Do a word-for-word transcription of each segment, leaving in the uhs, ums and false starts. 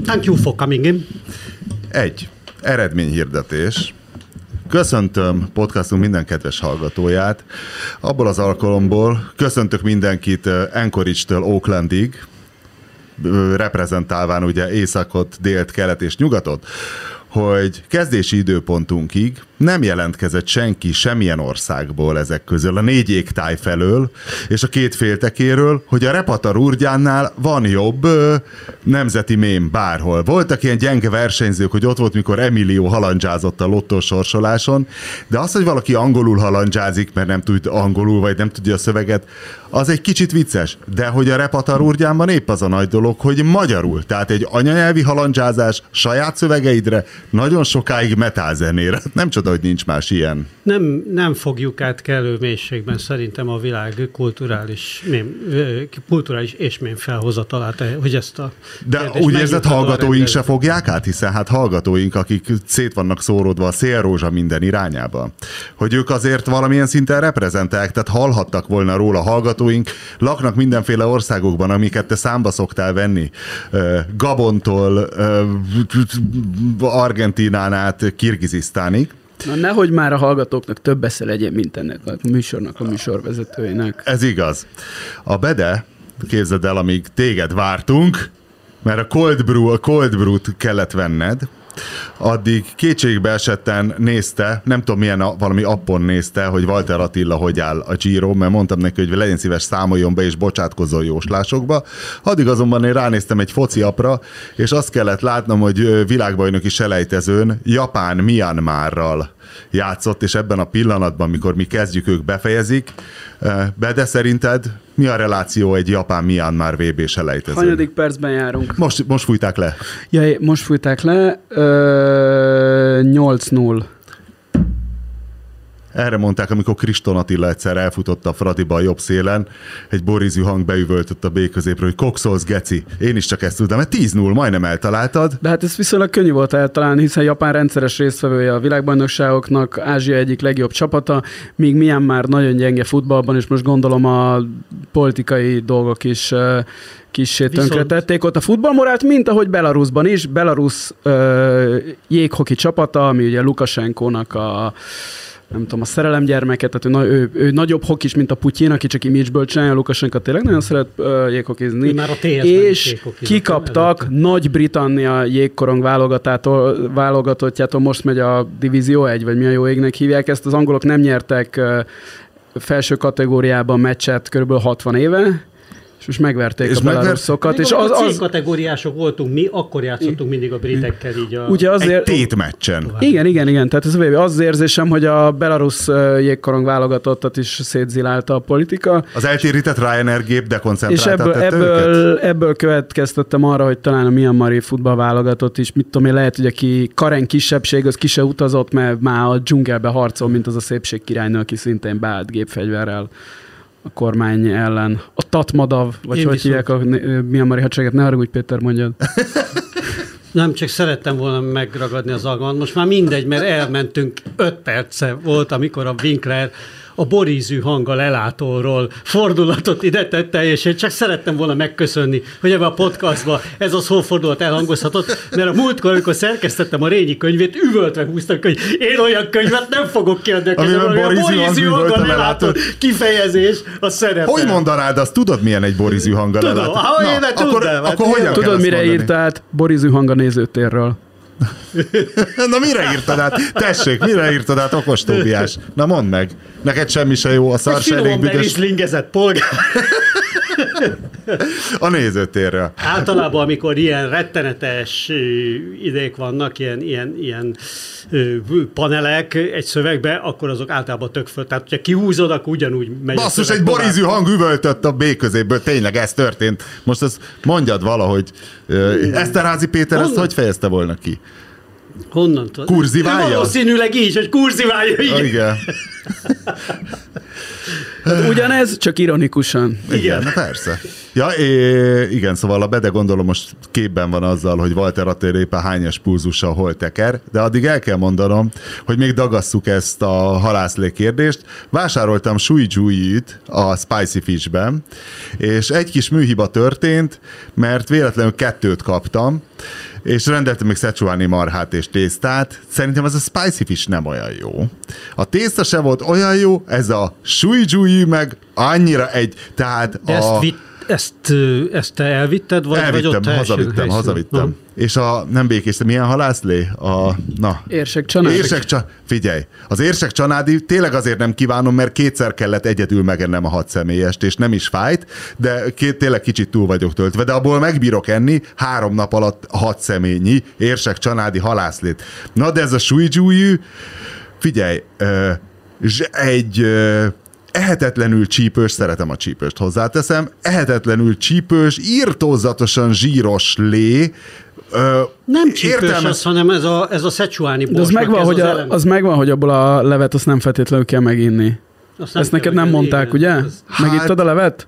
Thank you for coming in. Egy. Eredményhirdetés. Köszöntöm podcastunk minden kedves hallgatóját. Abból az alkalomból köszöntök mindenkit Anchorage-től Oaklandig, reprezentálván ugye északot, délt, kelet és nyugatot, hogy kezdési időpontunkig nem jelentkezett senki semmilyen országból ezek közül, a négy égtáj felől, és a két féltekéről, hogy a Repatar Urgyánnál van jobb ö, nemzeti mém bárhol. Voltak ilyen gyenge versenyzők, hogy ott volt, mikor Emilio halandzsázott a lottós sorsoláson, de az, hogy valaki angolul halandzsázik, mert nem tud angolul, vagy nem tudja a szöveget, az egy kicsit vicces. De hogy a Repatar Urgyánban épp az a nagy dolog, hogy magyarul, tehát egy anyanyelvi halandzsázás saját szövegeidre, nagyon sokáig metálzenére. Nem csoda, hogy nincs más ilyen. Nem, nem fogjuk át kellő mélységben szerintem a világ kulturális, mém, kulturális és mém felhozatalát, hogy ezt a... De úgy érzed, hallgatóink se fogják át, hiszen hát hallgatóink, akik szét vannak szóródva a szélrózsa minden irányába, hogy ők azért valamilyen szinten reprezentálják, tehát hallhattak volna róla hallgatóink, laknak mindenféle országokban, amiket te számba szoktál venni. Gabontól, Argentínán át Kirgizisztánig. Na nehogy már a hallgatóknak több esze legyen, mint ennek a műsornak, a műsorvezetőinek. Ez igaz. A Bede, képzeld el, amíg téged vártunk, mert a Cold Brew, a Cold Brew-t kellett venned, addig kétségbe esetten nézte, nem tudom milyen a, valami appon nézte, hogy Walter Attila hogy áll a Giro, mert mondtam neki, hogy legyen szíves, számoljon be és bocsátkozzon jóslásokba. Addig azonban én ránéztem egy foci appra, és azt kellett látnom, hogy világbajnoki selejtezőn Japán Myanmarral játszott, és ebben a pillanatban, mikor mi kezdjük, ők befejezik. De szerinted mi a reláció egy Japán-Myanmar vé bé selejtezőn? Hanyadik percben járunk? Most, most fújták le. Ja, most fújták le. Ö, nyolc null. Erre mondták, amikor Kriston Attila egyszer elfutott a Fradiba a jobb szélen, egy borízű hang beüvöltött a B középről, hogy kokszolsz, geci. Én is csak ezt tudtam, mert tíz null, majdnem eltaláltad. De hát ez viszonylag könnyű volt eltalálni, hiszen Japán rendszeres résztvevője a világbajnokságoknak, Ázsia egyik legjobb csapata, míg Myanmar nagyon gyenge futballban, és most gondolom a politikai dolgok is kissé tönkretették ott a futballmorált, mint ahogy Belarusban is. Belarus uh, jéghoki csapata, ami ugye Lukasenkónak a nem tudom, a szerelemgyermeket, tehát ő, ő, ő nagyobb hokis, mint a Putyin, aki csak image-ből csinálja, Lukasenka tényleg nagyon szeret uh, jéghokizni. Már a és kikaptak Nagy-Britannia jégkorong válogatottjától, most megy a Divízió egy, vagy mi a jó égnek hívják ezt, az angolok nem nyertek uh, felső kategóriában meccset körülbelül hatvan éve, és most megverték és a belaruszokat. És az, az... C-kategóriások voltunk mi, akkor játszottunk mindig a britekkel így a... Ugye azért... Egy tétmeccsen. Igen, igen, igen. Tehát ez az, az érzésem, hogy a belarusz jégkorong válogatottat is szétzilálta a politika. Az eltérített Ryanair gép dekoncentráltat. És ebből, ebből, ebből következtettem arra, hogy talán a myanmari futballválogatott is, mit tudom én, lehet, hogy aki Karen kisebbség, az ki se utazott, mert már a dzsungelbe harcol, mint az a szépség királynő, aki szintén beállt gépfegyverrel a kormány ellen. A Tatmadav, vagy én hogy hívják a myanmari hadsereget, ne haragudj, Péter, mondjad. Nem, csak szerettem volna megragadni az alkalmat. Most már mindegy, mert elmentünk, öt perce volt, amikor a Winkler a borízű hanggal elátóról fordulatot ide tette, és én csak szerettem volna megköszönni, hogy ebben a podcastban ez a szófordulat elhangozhatott, mert a múltkor, amikor szerkesztettem a Rényi könyvét, üvöltve húztam, hogy én olyan könyvet nem fogok kiadni, a borízű hanggal elátott kifejezés a szerepel. Hogy mondanád azt? Tudod, milyen egy borízű hanggal elátott? Tudom, ha én akkor, akkor hogyan tudod, mire írta át borízű hang a nézőtérről? Na mire írtad át? Tessék, mire írtad át, okos Tóbiás? Na mondd meg. Neked semmi se jó, a szar se elég büdös. Rislingezett polgár. A nézőtérre. Általában, amikor ilyen rettenetes idék vannak, ilyen, ilyen, ilyen panelek egy szövegbe, akkor azok általában tök föl. Tehát, hogyha kihúzod, akkor ugyanúgy megy. Basszus, egy borízű hang üvöltött a B középből. Tényleg ez történt. Most ezt mondjad valahogy. Eszterházy Péter ezt hogy fejezte volna ki? Honnan tudod? Kurziválja? Valószínűleg így, hogy kurziválja így. Oh, igen. Ugyanez, csak ironikusan. Igen, igen, na persze. Ja, é, igen, szóval a Bede gondolom most képben van azzal, hogy Walter Attila éppen hányas pulzussal hol teker, de addig el kell mondanom, hogy még dagasszuk ezt a halászlé kérdést. Vásároltam suijuit a Spicy Fish-ben, és egy kis műhiba történt, mert véletlenül kettőt kaptam, és rendeltem még szecsuáni marhát és tésztát. Szerintem ez a Spicy Fish nem olyan jó. A tészta se volt olyan jó, ez a suijui meg annyira egy, tehát de a... Ezt, vitt, ezt, ezt te elvitted, vagy, elvittem, vagy ott hazavittem, hazavittem. Na. És a nem békésztem, milyen halászlé? A, na. Érsek csanádi. Érsek csa... Figyelj, az érsek csanádi tényleg azért nem kívánom, mert kétszer kellett egyedül megennem a hat személyest, és nem is fájt, de két, tényleg kicsit túl vagyok töltve, de abból megbírok enni három nap alatt hat személynyi érsek csanádi halászlét. Na, de ez a suijui, figyelj, egy... ehetetlenül csípős, szeretem a csípőst, hozzáteszem, ehetetlenül csípős, írtózatosan zsíros lé. Ö, nem csípős értelmes... az, hanem ez a, ez a szecsuáni borsnak. Az megvan, ez hogy az, a, az megvan, hogy abból a levet azt nem feltétlenül kell meginni. Azt Ezt neked nem mondták, igen, ugye? Ez... Megittad a levet?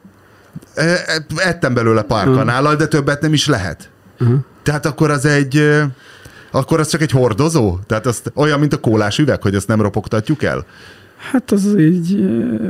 Ettem belőle pár kanállal, de többet nem is lehet. Uh-huh. Tehát akkor az egy... Akkor az csak egy hordozó? Tehát azt olyan, mint a kólás üveg, hogy azt nem ropogtatjuk el? Hát az így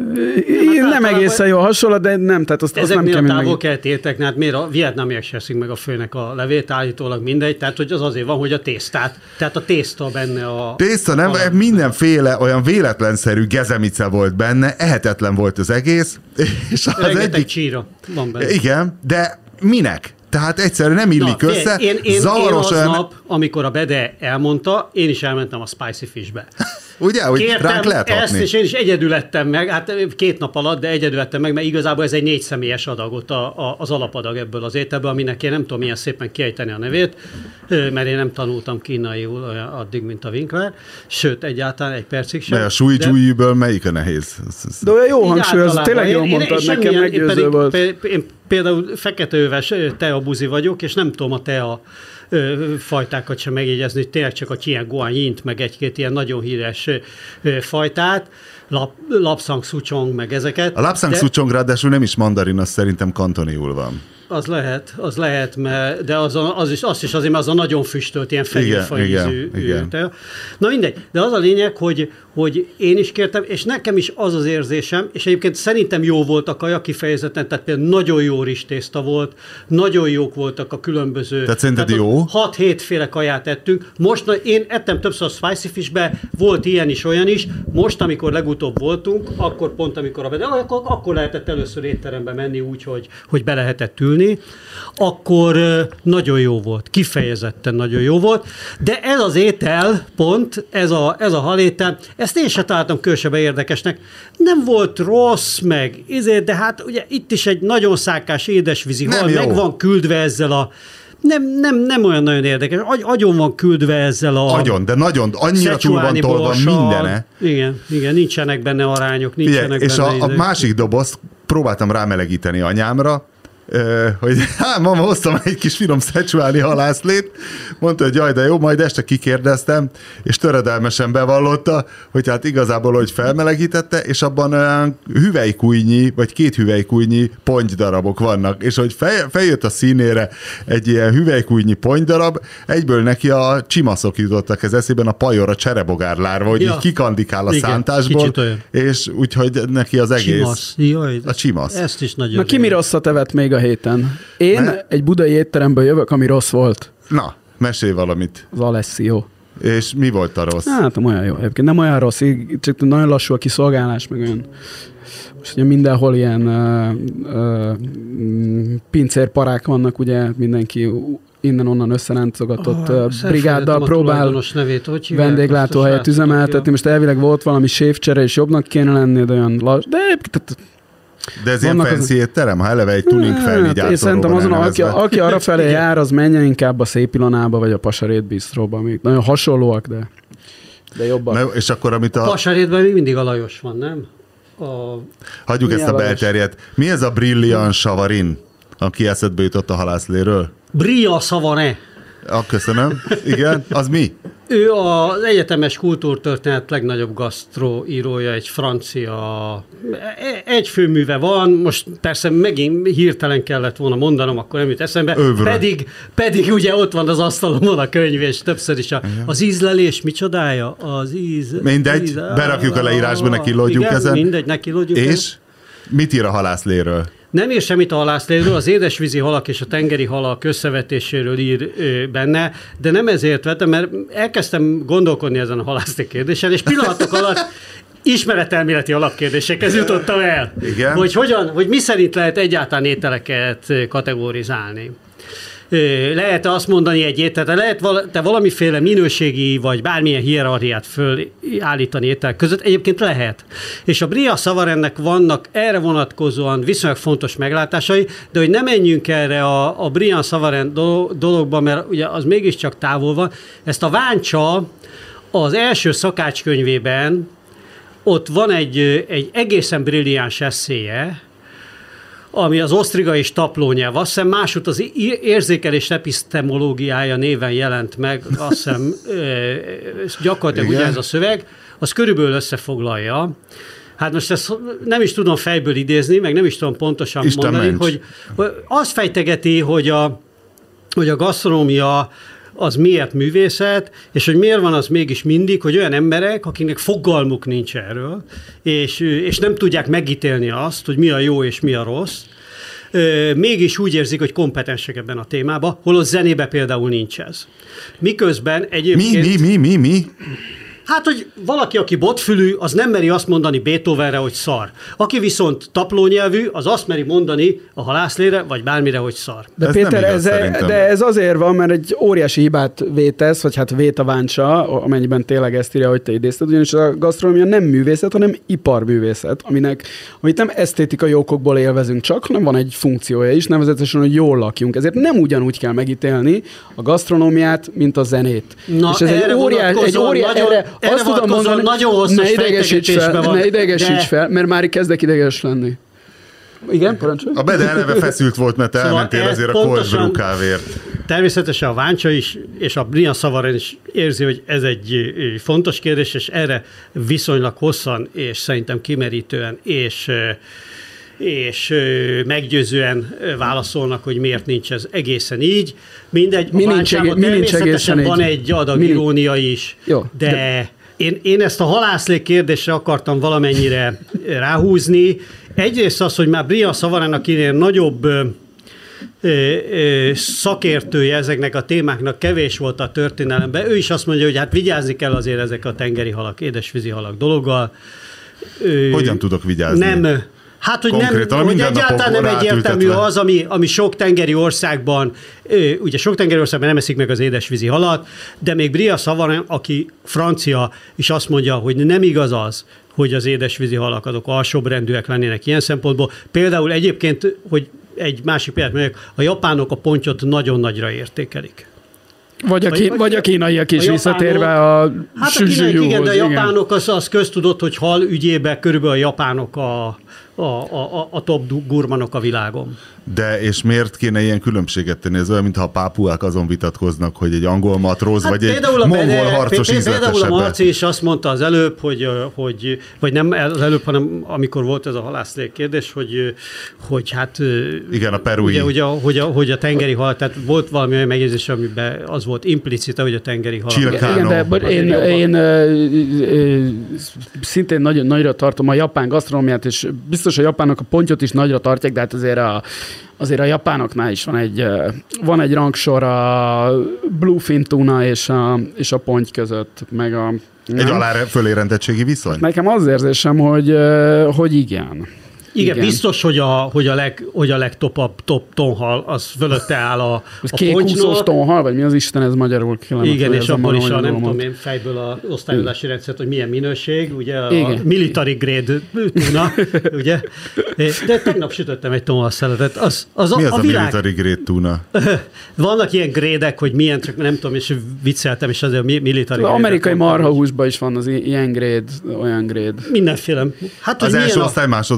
nem, nem egészen jó hasonlat, de nem, tehát azt, azt nem kell Ezek távol kell értek, hát miért a vietnámiak se eszik meg a főnek a levét, állítólag mindegy, tehát hogy az azért van, hogy a tésztát, tehát a tészta benne a... Tészta nem, a... mindenféle olyan véletlenszerű gezemice volt benne, ehetetlen volt az egész. És az rengeteg egyik... csíra van benne. Igen, de minek? Tehát egyszerűen nem illik Na, össze. Én, én, Zavaros én aznap, olyan... amikor a Bede elmondta, én is elmentem a Spicy Fish-be. Ugye, hogy Kértem ránk lehet ezt, hatni. És én is egyedül ettem meg, hát két nap alatt, de egyedül ettem meg, mert igazából ez egy négy személyes adagot a, a, az alapadag ebből az ételből, aminek én nem tudom milyen szépen kiejteni a nevét, mert én nem tanultam kínaiul olyan addig, mint a Winkler, sőt, egyáltalán egy percig sem. De a suijui-ből melyik a nehéz? De olyan jó hangsúly, az tényleg jól mondtad, nekem meggyőző volt. Én például feketeöves teabuzi vagyok, és nem tudom a tea fajtákat sem megjegyezni, tényleg csak a Chien Guanyint, meg egy-két ilyen nagyon híres fajtát, Lap, Lapsang Souchong, meg ezeket. A Lapsang de... Souchong ráadásul nem is mandarin, az szerintem kantoniul van. Az lehet, az lehet, mert, de az, a, az is, azt is azért, mert az a nagyon füstölt, ilyen fehérfaízű. Na mindegy, de az a lényeg, hogy, hogy én is kértem, és nekem is az az érzésem, és egyébként szerintem jó volt a kaja kifejezetten, tehát például nagyon jó rizstészta volt, nagyon jók voltak a különböző... Tehát szerinted jó? hat-hét féle kaját ettünk. Most na, én ettem többször a Spicy Fish-be, volt ilyen is, olyan is. Most, amikor legutóbb voltunk, akkor pont amikor a... De akkor, akkor lehetett először étterembe menni úgy, hogy, hogy be lehetett ülni, akkor nagyon jó volt, kifejezetten nagyon jó volt, de ez az étel, pont, ez a, ez a halétel, ezt én se találtam különösebben érdekesnek. Nem volt rossz, meg ezért, de hát ugye itt is egy nagyon szákás édesvízi hal, meg van küldve ezzel a Nem, nem, nem olyan nagyon érdekes. Agy, agyon van küldve ezzel a... Agyon, de nagyon, annyira túl van tolva mindene. Igen, igen, nincsenek benne arányok, nincsenek igen, benne... És a, a másik dobozt próbáltam rámelegíteni anyámra, Uh, hogy hát mama, hoztam egy kis finom szecsuáni halászlét, mondta, hogy jaj, de jó, majd este kikérdeztem, és töredelmesen bevallotta, hogy hát igazából, hogy felmelegítette, és abban olyan hüvelykújnyi, vagy két hüvelykújnyi pontydarabok vannak, és hogy fej, feljött a színére egy ilyen hüvelykújnyi pontydarab, egyből neki a csimaszok jutottak ez eszében, a pajor, a cserebogárlárva, hogy ja. így kikandikál a igen, szántásból, és úgyhogy neki az egész... Csimasz. Jaj, a csimasz. Ezt is nagyon... Na ki mi rosszat evett még a héten? Én ne? egy budai étteremből jövök, ami rossz volt. Na, mesélj valamit. Az Alessio. És mi volt a rossz? Hát nem olyan jó. Egyébként nem olyan rossz, csak nagyon lassú a kiszolgálás, meg olyan... Most ugye mindenhol ilyen uh, uh, pincérparák vannak, ugye mindenki innen-onnan összeráncogatott oh, brigáddal próbál vendéglátóhelyet üzemeltetni. Most elvileg volt valami sévcsere, és jobbnak kéne lenni, de olyan lass... De De ez ilyen fancy étterem? Ha eleve egy tuning felvigyátóról én szerintem azon, aki, aki arra felé jár, az menjen inkább a Szép Ilonába, vagy a Pasarét Bistróba. Még nagyon hasonlóak, de, de jobbak. Na, és akkor, amit a... a Pasarétben még mindig a Lajos van, nem? A... Hagyjuk ezt a belterjedt. Mi ez a Brilliant Savarin, aki eszedbe jutott a halászléről? Bria Savane. Ah, köszönöm. Igen, az mi? Ő az egyetemes kultúrtörténet legnagyobb gasztroírója, egy francia, egy főműve van, most persze megint hirtelen kellett volna mondanom, akkor nem jut eszembe, pedig, pedig ugye ott van az asztalomon a könyv, és többször is a, az ízlelés micsodája? Az íz... Mindegy, íz, berakjuk a leírásba, neki lódjuk igen, ezen. mindegy, neki lódjuk. És ezen. Mit ír a halászléről? Nem ír semmit a halászléről, az édesvízi halak és a tengeri halak összevetéséről ír ö, benne, de nem ezért vettem, mert elkezdtem gondolkodni ezen a halászlé kérdésen, és pillanatok alatt ismeretelméleti alapkérdésekhez jutottam el. Igen. Hogy, hogyan, hogy mi szerint lehet egyáltalán ételeket kategorizálni. Lehet azt mondani egy ételt, lehet val- te valamiféle minőségi vagy bármilyen hierarchiát fölállítani ételek között, egyébként lehet. És a Brillant Savarinnek vannak erre vonatkozóan viszonylag fontos meglátásai, de hogy ne menjünk erre a, a Brillant Savarin dologba, mert ugye az mégiscsak távol van. Ezt a Váncsa az első szakácskönyvében, ott van egy, egy egészen brilliáns eszéje, ami az osztriga és taplónyelv. Azt hiszem másút az érzékelés epistemológiája néven jelent meg, azt hiszem gyakorlatilag ugyanez a szöveg, az körülbelül összefoglalja. Hát most ezt nem is tudom fejből idézni, meg nem is tudom pontosan Isten mondani, hogy, hogy azt fejtegeti, hogy a, hogy a gasztronómia az miért művészet, és hogy miért van az mégis mindig, hogy olyan emberek, akiknek fogalmuk nincs erről, és, és nem tudják megítélni azt, hogy mi a jó és mi a rossz, mégis úgy érzik, hogy kompetensek ebben a témában, holott zenébe például nincs ez. Miközben egyébként... Mi, mi, mi, mi, mi? Hát, hogy valaki, aki botfülű, az nem meri azt mondani Beethovenre, hogy szar. Aki viszont taplónyelvű, az azt meri mondani a halászlére, vagy bármire, hogy szar. De ez Péter, igaz, ez, de ez azért van, mert egy óriási hibát vétesz, vagy hát vét a Váncsa, amennyiben tényleg ezt írja, hogy te idézted, ugyanis a gasztronómia nem művészet, hanem iparművészet, aminek, amit nem esztétikai okokból élvezünk csak, hanem van egy funkciója is, nevezetesen, hogy jól lakjunk. Ezért nem ugyanúgy kell megítélni a gasztronómiát, mint a zenét. Na, és ez egy óriás, egy óriás, nagyon... erre, Erre azt tudom mondani, nagyon hosszas ne idegesíts fel, van, ne idegesíts de... fel, mert már kezdek ideges lenni. Igen, parancsolj? A Bede eleve feszült volt, mert te szóval elmentél azért a cold brew kávéért. Természetesen a Váncsa is, és a Brillant Savarin is érzi, hogy ez egy fontos kérdés, és erre viszonylag hosszan, és szerintem kimerítően, és és meggyőzően válaszolnak, hogy miért nincs ez egészen így. Mindegy, mi a nincs, Váncsában mi nincs természetesen van egy adag mi irónia is, Jó, de, de... Én, én ezt a halászlé kérdésre akartam valamennyire ráhúzni. Egyrészt az, hogy már Brillant Savarinnak kinél nagyobb ö, ö, szakértője ezeknek a témáknak kevés volt a történelemben. Ő is azt mondja, hogy hát vigyázni kell azért ezek a tengeri halak, édesvízi halak dologgal. Ö, Hogyan tudok vigyázni? Nem... Hát, hogy, konkrétan, nem, hogy egyáltalán nem egyértelmű az, ami, ami sok tengeri országban, ugye sok tengeri országban nem eszik meg az édesvízi halat, de még Brillant Savarin, aki francia, is azt mondja, hogy nem igaz az, hogy az édesvízi halak azok alsóbbrendűek lennének ilyen szempontból. Például egyébként, hogy egy másik példát mondjuk, a japánok a pontyot nagyon nagyra értékelik. Vagy a, kín, vagy a kínaiak is, a visszatérve a Hát a kínaiak, igen, de a japánok, az, az köztudott, hogy hal ügyében körülbelül a japánok a, a, a, a top gurmanok a világon. De és miért kéne ilyen különbséget tenni? Ez olyan, mintha a pápuák azon vitatkoznak, hogy egy angol matróz, hát vagy egy mongol harcos ízletesebb. Például a Marci is azt mondta az előbb, hogy, hogy, vagy nem az előbb, hanem amikor volt ez a halászlé kérdés, hogy, hogy hát... Igen, a perui. Ugye, ugye, hogy, a, hogy a tengeri hal, tehát volt valami olyan megjegyzés, amiben az volt implicita, hogy a tengeri hal. Igen, de én, én, én szintén nagyon nagyra tartom a japán gasztronómiát, és biztos a japánok a pontyot is nagyra tartják, de hát azért a Azért a japánoknál is van egy, van egy rangsor a bluefin tuna és a, és a ponty között, meg a... Nem? Egy alá fölérendettségi viszony? Nekem az érzésem, hogy, hogy igen. Igen, igen, biztos, hogy a, hogy a, leg, hogy a legtopabb top tonhal, az fölötte áll a, a kékúszós tonhal, vagy mi az Isten, ez magyarul kellene. Igen, és abban is a, nem tudom én fejből az osztályozási rendszert, hogy milyen minőség, ugye a igen. military grade tuna, ugye? De tegnap sütöttem egy tonhalszeletet. Az, az mi a, az a, a világ... military grade tuna? Vannak ilyen grédek, hogy milyen, csak nem tudom, és vicceltem, és azért a military grade. Az amerikai marhahúsban is van az ilyen grade, olyan grade. Mindenféle. Hát, az első osztály, másodosztály?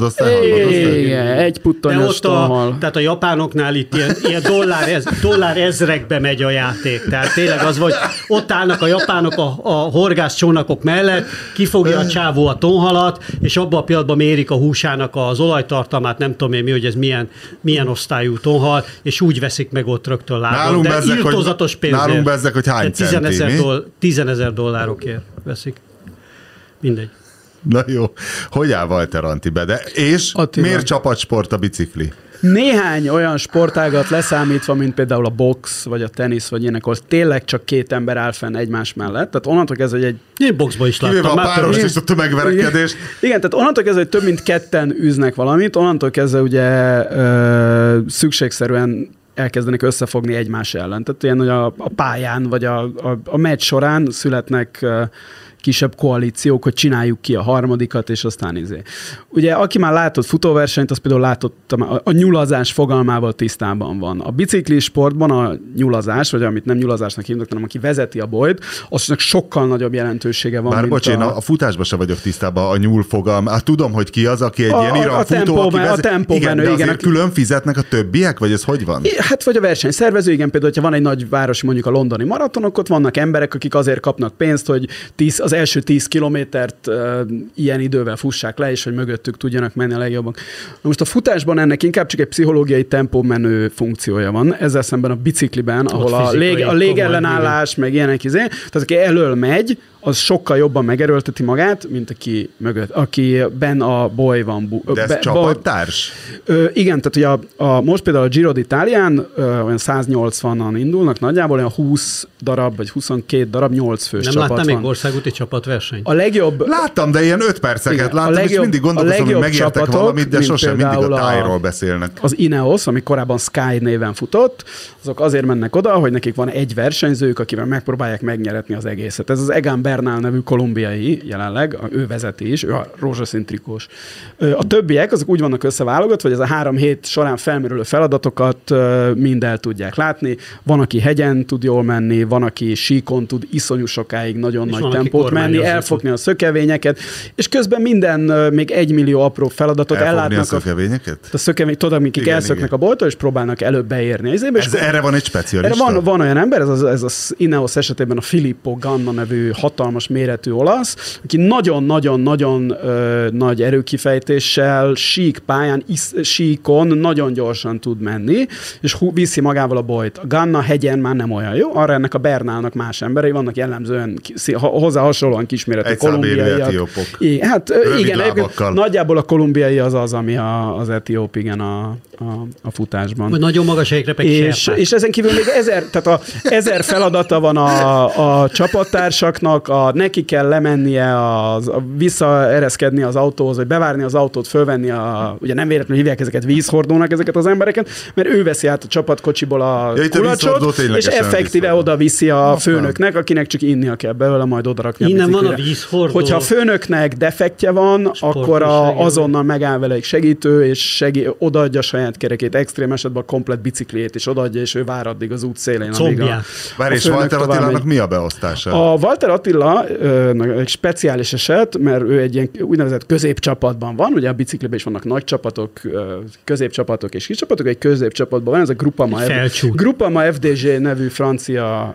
Igen, egy puttonyos tonhal. Tehát a japánoknál itt ilyen, ilyen dollár, ez, dollár ezrekbe megy a játék. Tehát tényleg az, hogy ott állnak a japánok a, a horgászcsónakok mellett, kifogja a csávó a tonhalat, és abban a pillanatban mérik a húsának az olajtartalmát, nem tudom én mi, hogy ez milyen, milyen osztályú tonhal, és úgy veszik meg ott rögtön lábon. De bezzek, írtózatos pénzért. Nálunk bezzek, hogy hány centi, tízezer dollárokért veszik. Mindegy. Na jó. Hogy áll Walter Antibe? De és Attila. Miért csapatsport a bicikli? Néhány olyan sportágat leszámítva, mint például a box, vagy a tenisz, vagy ilyenek, ahol tényleg csak két ember áll fenn egymás mellett. Tehát onnantól kezdve, hogy egy... Én boxba is láttam. Kivéve a páros és a tömegverekedést. Igen, tehát onnantól kezdve, hogy több mint ketten üznek valamit, onnantól kezdve ugye ö, szükségszerűen elkezdenek összefogni egymás ellen. Tehát ilyen, hogy a, a pályán, vagy a, a, a meccs során születnek uh, kisebb koalíciók, hogy csináljuk ki a harmadikat, és aztán izé. Ugye, aki már látott futóversenyt, az például látott a, a nyulazás fogalmával tisztában van. A bicikli sportban a nyulazás, vagy amit nem nyulazásnak hívnak, hanem aki vezeti a bolyt, aznak sokkal nagyobb jelentősége van. Bár mint bocs, a... én a, a futásban sem vagyok tisztában a nyúl fogalm. Hát tudom, hogy ki az, aki egy a, ilyen iran futó, aki vezet... A tempó igen, menő, de azért igen, külön fizetnek a többiek, vagy ez hogy van? Hát vagy a versenyszervező, igen, például, hogyha van egy nagy város, mondjuk a londoni maratonok, ott vannak emberek, akik azért kapnak pénzt, hogy tíz, az első tíz kilométert uh, ilyen idővel fussák le, és hogy mögöttük tudjanak menni a legjobbak. Most a futásban ennek inkább csak egy pszichológiai tempómenő funkciója van, ezzel szemben a bicikliben, ahol a, lég, a légellenállás, meg ilyenek izé, tehát aki elől megy, az sokkal jobban megerőlteti magát, mint aki mögött, aki ben a boly van. Bu- De ez be, csapattárs? Ö, igen, tehát ugye a, a, most például a Giro d'Italián ö, olyan száznyolcvanan indulnak, nagyjából olyan húsz darab, vagy huszonkét darab, nyolc fős nem csapat van. Nem láttam még országúti csapatversenyt? A legjobb... Láttam, de ilyen öt perceket igen, láttam, legjobb, és mindig gondolkozom, hogy megértek csapatok, valamit, de sosem mindig a tájról beszélnek. Az Ineos, ami korábban Sky néven futott, azok azért mennek oda, hogy nekik van egy versenyzők, akivel megpróbálják megnyeretni az egészet. Ez az Egan Bernal nevű kolumbiai jelenleg, ő vezeti is, ő a rózsaszín trikós. A többiek, azok úgy vannak összeválogatva, hogy ez a három hét során felmerülő feladatokat mind el tudják látni. Van, aki hegyen tud jól menni, van, aki síkon tud iszonyú sokáig nagyon és nagy van, tempót menni, elfogni a szökevényeket, és közben minden még egy millió apró feladatot elfogni ellátnak. a szökevényeket? A, a szökevény, tudod, amikik igen, elszöknek igen. a boltól, és próbálnak előbb beérni. Ez, ez erre van egy specialista? Erre van, van olyan ember, ez az, ez az Ineos esetében a Filippo Ganna nevű hatalmas méretű olasz, aki nagyon-nagyon-nagyon nagy erőkifejtéssel, sík pályán, isz, síkon nagyon gyorsan tud menni, és hú, viszi magával a bolyt. A Ganna hegyen már nem olyan jó, arra ennek a Bernálnak más emberei vannak, jellemzően hozzá hasonlóan kisméretű kolumbiaiak. Igen, hát rövid igen, nagyjából a kolumbiai az az, ami a, az etióp, igen, a, a, a futásban. Vagy nagyon magas egyre és, és ezen kívül még ezer, tehát a ezer feladata van a, a csapattársaknak, a, neki kell lemennie, az, a, visszaereszkedni az autóhoz, vagy bevárni az autót, fölvenni a, ugye nem véletlenül hívják ezeket vízhordónak ezeket az embereket, mert ő veszi át a csapatkocsiból a ja, kulacsot, a és effektíve oda viszi a főnöknek, akinek csak innia kell belőle, majd odarakni a biciklire. Innen van a vízhordó. Hogyha a főnöknek defektje van, Sportos akkor a, azonnal megáll vele egy segítő, és segí, odaadja a saját kerekét, extrém esetben a komplet bicikliét is odaadja, és ő vár addig az út szélén. Combját. Várj, és Walter Attilának mi a beosztása? A Walter Attila egy speciális eset, mert ő egy ilyen úgynevezett középcsapatban van, ugye a bicikliben is vannak nagy csapatok, középcsapatok és kis csapatok, egy középcsapatban van, ez a Groupama, Groupama ef dé gé nevű francia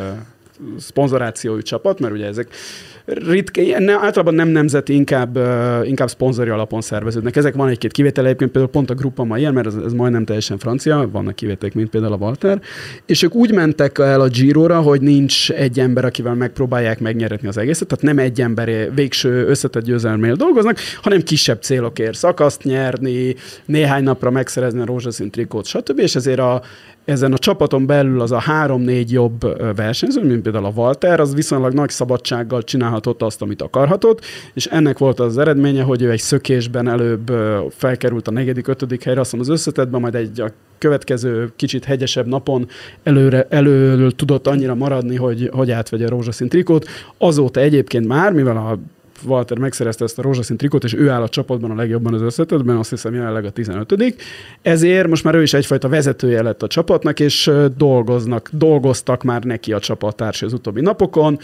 szponzorációjú csapat, mert ugye ezek ritka, ne, általában nem nemzeti, inkább, uh, inkább szponzori alapon szerveződnek. Ezek van egy-két kivétel, egyébként például pont a Groupama ilyen, mert ez, ez majdnem teljesen francia, vannak kivételek, mint például a Walter, és ők úgy mentek el a Girora, hogy nincs egy ember, akivel megpróbálják megnyeretni az egészet, tehát nem egy ember végső összetett győzelmél dolgoznak, hanem kisebb célokért szakaszt nyerni, néhány napra megszerezni a rózsaszín trikót, stb. És ezért a ezen a csapaton belül az a három-négy jobb versenyző, mint például a Walter, az viszonylag nagy szabadsággal csinálhatott azt, amit akarhatott, és ennek volt az eredménye, hogy ő egy szökésben előbb felkerült a negyedik, ötödik helyre, azt mondom, az összetettben, majd egy a következő kicsit hegyesebb napon előre, elől tudott annyira maradni, hogy, hogy átvegye a rózsaszín trikót. Azóta egyébként már, mivel a Walter megszerezte ezt a rózsaszín trikót, és ő áll a csapatban a legjobban az összetettben, azt hiszem jelenleg a tizenötödik. Ezért most már ő is egyfajta vezetője lett a csapatnak, és dolgoznak, dolgoztak már neki a csapattársai az utóbbi napokon.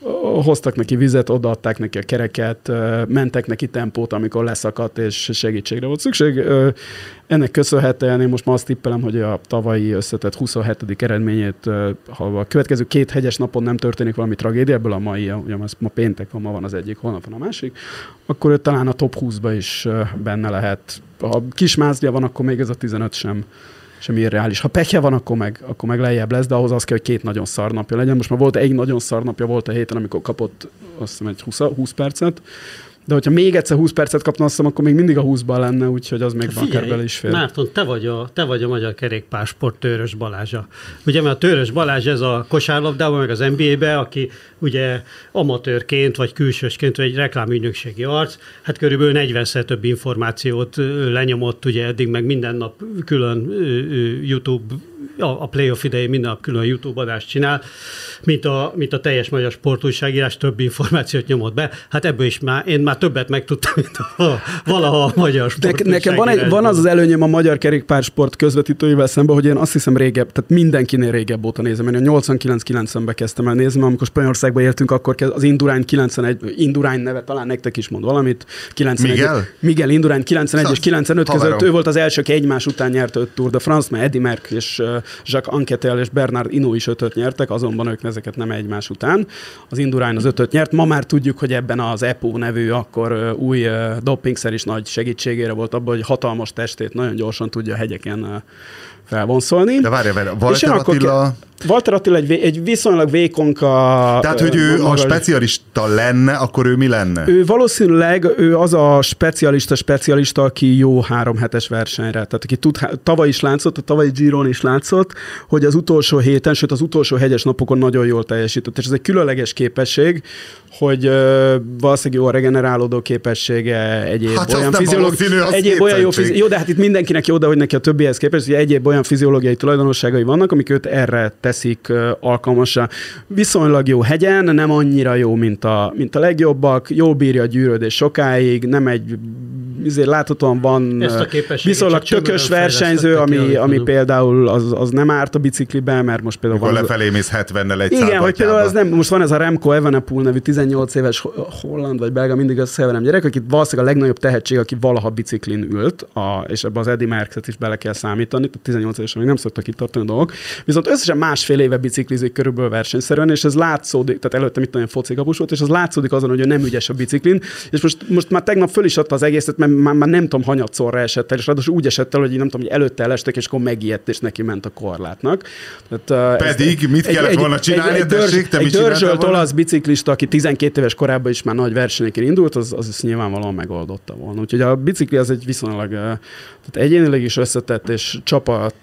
hoztak neki vizet, odaadták neki a kereket, mentek neki tempót, amikor leszakadt, és segítségre volt szükség. Ennek köszönhetően én most ma azt tippelem, hogy a tavalyi összetett huszonhetedik eredményét, ha a következő két hegyes napon nem történik valami tragédia, ebből a mai, ugye ma péntek van, ma van az egyik, holnap van a másik, akkor ő talán a top húszba is benne lehet. Ha kis mázlia van, akkor még ez a tizenöt sem sem irreális. Ha pekje van, akkor meg, akkor meg lejjebb lesz, de ahhoz az kell, hogy két nagyon szar napja legyen. Most már volt egy nagyon szar napja, volt a héten, amikor kapott azt hiszem egy húsz, húsz percet, de hogyha még egyszer húsz percet kapna, azt hiszem, akkor még mindig a húszban lenne, úgyhogy az még Bankerbel is fél. Márton, te vagy a, te vagy a magyar kerékpársport Tőrös Balázsa. Ugye, mert a Tőrös Balázs ez a kosárlabdában, meg az en bé á-be, aki ugye amatőrként, vagy külsősként, vagy egy reklámügynökségi arc, hát körülbelül negyvenszer több információt lenyomott, ugye eddig meg minden nap külön YouTube, a playoff idején minden nap külön YouTube adást csinál, mint a, mint a teljes magyar sportújságírás, több információt nyomott be. Hát ebből is már, én már többet megtudtam, mint a, valaha a magyar sportújságírás. Nekem van, egy, van az az előnyöm a magyar kerékpársport közvetítőivel szemben, hogy én azt hiszem régebb, tehát mindenkinél régebb óta nézem. Én a nyolcvankilenc-kilencvenben kezdtem el nézni, amikor Spanyolországban éltünk, akkor az Indurain kilencvenegy, Indurain neve talán nektek is mond valamit. kilencvenegy, Miguel? Miguel Indurain kilencvenegy és kilencvenöt Haverom. között ő volt az első, aki egymás után nyert öt Tour de France, mert Eddy Merckx és Jacques Anquetel és Bernard Hinault is ötöt nyertek, azonban ők ezeket nem egymás után. Az Indurain az ötöt nyert. Ma már tudjuk, hogy ebben az e pé o nevű akkor új dopingszer is nagy segítségére volt abban, hogy hatalmas testét nagyon gyorsan tudja a hegyeken felvonszolni. De várj, várj, Walter Attila... Walter Attila egy, egy viszonylag vékonka... Tehát, hogy ő magas, a specialista lenne, akkor ő mi lenne? Ő valószínűleg ő az a specialista specialista, aki jó három hetes versenyre. Tehát aki tud, tavaly is látszott, a tavalyi Giron is látszott, hogy az utolsó héten, sőt az utolsó hegyes napokon nagyon jól teljesített. És ez egy különleges képesség, hogy uh, valószínűleg jó a regenerálódó képessége, egyéb hát olyan fiziológiai... Egyéb olyan jó fizi- Jó, de hát itt mindenkinek jó, de hogy neki a többihez képest, hogy egyéb olyan fiziológiai tulajdonosságai vannak, amik őt erre teszik uh, alkalmassá. Viszonylag jó hegyen, nem annyira jó, mint a, mint a legjobbak, jól bírja a gyűrődés sokáig, nem egy, azért láthatóan van viszonylag tökös versenyző, ami, ami például az, az nem árt a bicikliben, mert most például Mikor van... lefelé mész hetvennel egy igen, hogy például ez nem, most van ez a Remco Evenepoel nevű tizennyolc éves holland vagy belga, mindig összeverem gyerek, aki valószínűleg a legnagyobb tehetség, aki valaha biciklin ült, a, és ebbe az Eddy Merckxet is bele kell számítani, tehát tizennyolc évesen még nem szoktak itt tartani dolgok. Viszont összesen másfél éve biciklizik körülbelül versenyszerűen, és ez látszódik, tehát előtte mit nagyon focikapus volt, és az látszódik azon, hogy ő nem ügyes a biciklin, és most, most már tegnap föl is adta az egészet, mert már, már nem tudom, hanyatszorra esett el, és ráadásul úgy esett el, hogy nem tudom, hogy előtte elestek, és akkor megijedt, és neki ment a korlátnak. Tehát, pedig mit kellett egy, volna csinálni? Egy, tessék, te egy mit dörzsölt olasz biciklista, aki tizenkét éves korában is már nagy versenyeken indult, az, az is nyilvánvalóan megoldotta volna. Úgyhogy a bicikli az egy viszonylag tehát egyénileg is összetett, és csapat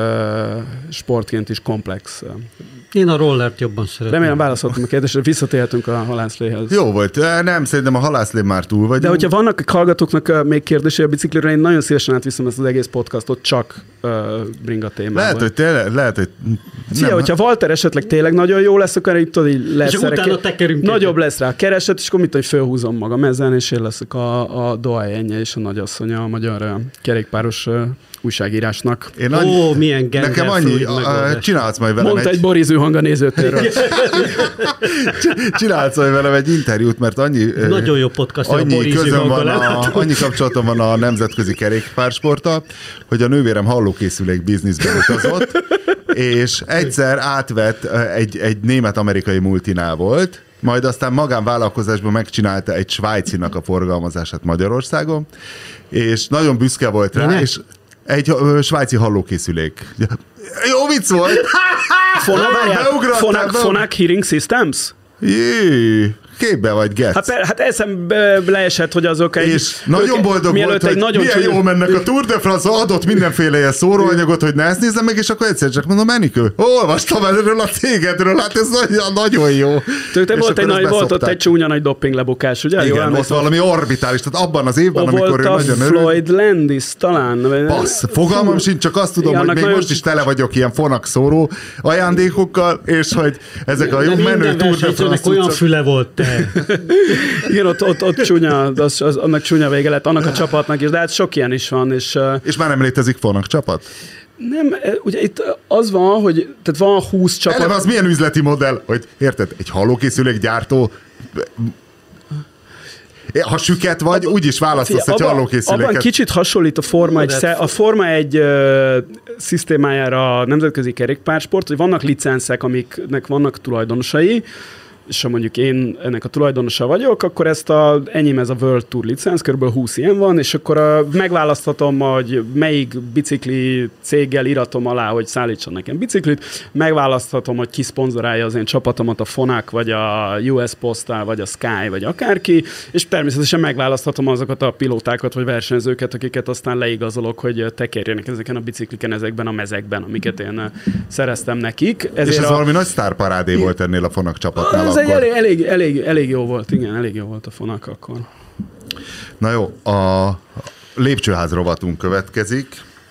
sportként is komplex. Én a rollert jobban szeretem. Remélem válaszoltam a kérdésre, visszatérhetünk a halászléhez. Jó volt. Nem, szerintem a halászlé már túl vagyunk. De hogyha vannak hallgatóknak még kérdései a bicikliről, én nagyon szívesen átviszem ezt az egész podcastot csak uh, bringa témával. Lehet, hogy tényleg, lehet, hogy... Szia, hogyha Walter esetleg tényleg nagyon jó lesz, akkor itt tudod, így lesz. És utána tekerünk. Nagyobb lesz rá a kereset, és akkor mit, hogy fölhúzom magam ezen, és én leszek a, a dohányenje és a nagyasszonya a magyar uh, kerékpáros uh, újságírásnak. Én annyi, Ó, milyen nekem annyi, a, csinálsz majd velem Mondta egy, egy borízű hang a nézőtérről. Csinálsz majd velem egy interjút, mert annyi... Nagyon jó podcast, annyi közön van, a, annyi kapcsolatom van a nemzetközi kerékpársporttal, hogy a nővérem hallókészülék bizniszben utazott, és egyszer átvett egy, egy német-amerikai multinál volt, majd aztán magánvállalkozásban megcsinálta egy svájcinak a forgalmazását Magyarországon, és nagyon büszke volt rá, és egy ö, svájci hallókészülék. Jó vicc volt! Phonak, Phonak Hearing Systems? Jé, képbe vagy, Getsz. Hát, hát eszembe leesett, hogy azok egy... És nagyon boldog volt, hogy nagyon milyen csúly... jól mennek a Tour de France, adott mindenféle ilyen szóróanyagot, hogy ne ezt nézzem meg, és akkor egyszer csak mondom, Enikő, olvastam erről a cégedről, hát ez nagyon, nagyon jó. Te volt, egy nagy, volt ott egy csúnya nagy doping lebukás, ugye? Igen, jól ott valami orbitális, tehát abban az évben, amikor ő nagyon örül. Floyd Landis talán. Passz, fogalmam sincs, csak azt tudom, hogy még most is tele vagyok ilyen Phonak szóró ajándékokkal, és hogy ezek a jó menő Tour de France olyan füle volt te. Igen, ott, ott, ott csúnya, az, az, annak csúnya vége lett, annak a csapatnak is, de hát sok ilyen is van. És, és már nem létezik Phonak csapat? Nem, ugye itt az van, hogy tehát van húsz csapat... Eleve az milyen üzleti modell, hogy érted, egy hallókészülék gyártó, ha süket vagy, úgyis választasz egy hallókészüléket. Abban kicsit hasonlít a Forma egy, a Forma egy uh, szisztémájára a nemzetközi kerékpársport, hogy vannak licenszek, amiknek vannak tulajdonosai, és ha mondjuk én ennek a tulajdonosa vagyok, akkor ezt a, enyém ez a World Tour licensz, kb. húsz ilyen van, és akkor a, megválaszthatom, hogy melyik bicikli céggel iratom alá, hogy szállítson nekem biciklit, megválaszthatom, hogy ki szponzorálja az én csapatomat, a Fonac, vagy a U S Postal, vagy a Sky, vagy akárki, és természetesen megválaszthatom azokat a pilótákat, vagy versenyzőket, akiket aztán leigazolok, hogy tekerjenek ezeken a bicikliken, ezekben a mezekben, amiket én szereztem nekik. Ezért és ez a... valami nagy sztárparádé volt ennél a Fonac csapatnál. Ez egy elég, elég, elég, elég jó volt, igen, elég jó volt a Fonac akkor. Na jó, a lépcsőház rovatunk következik.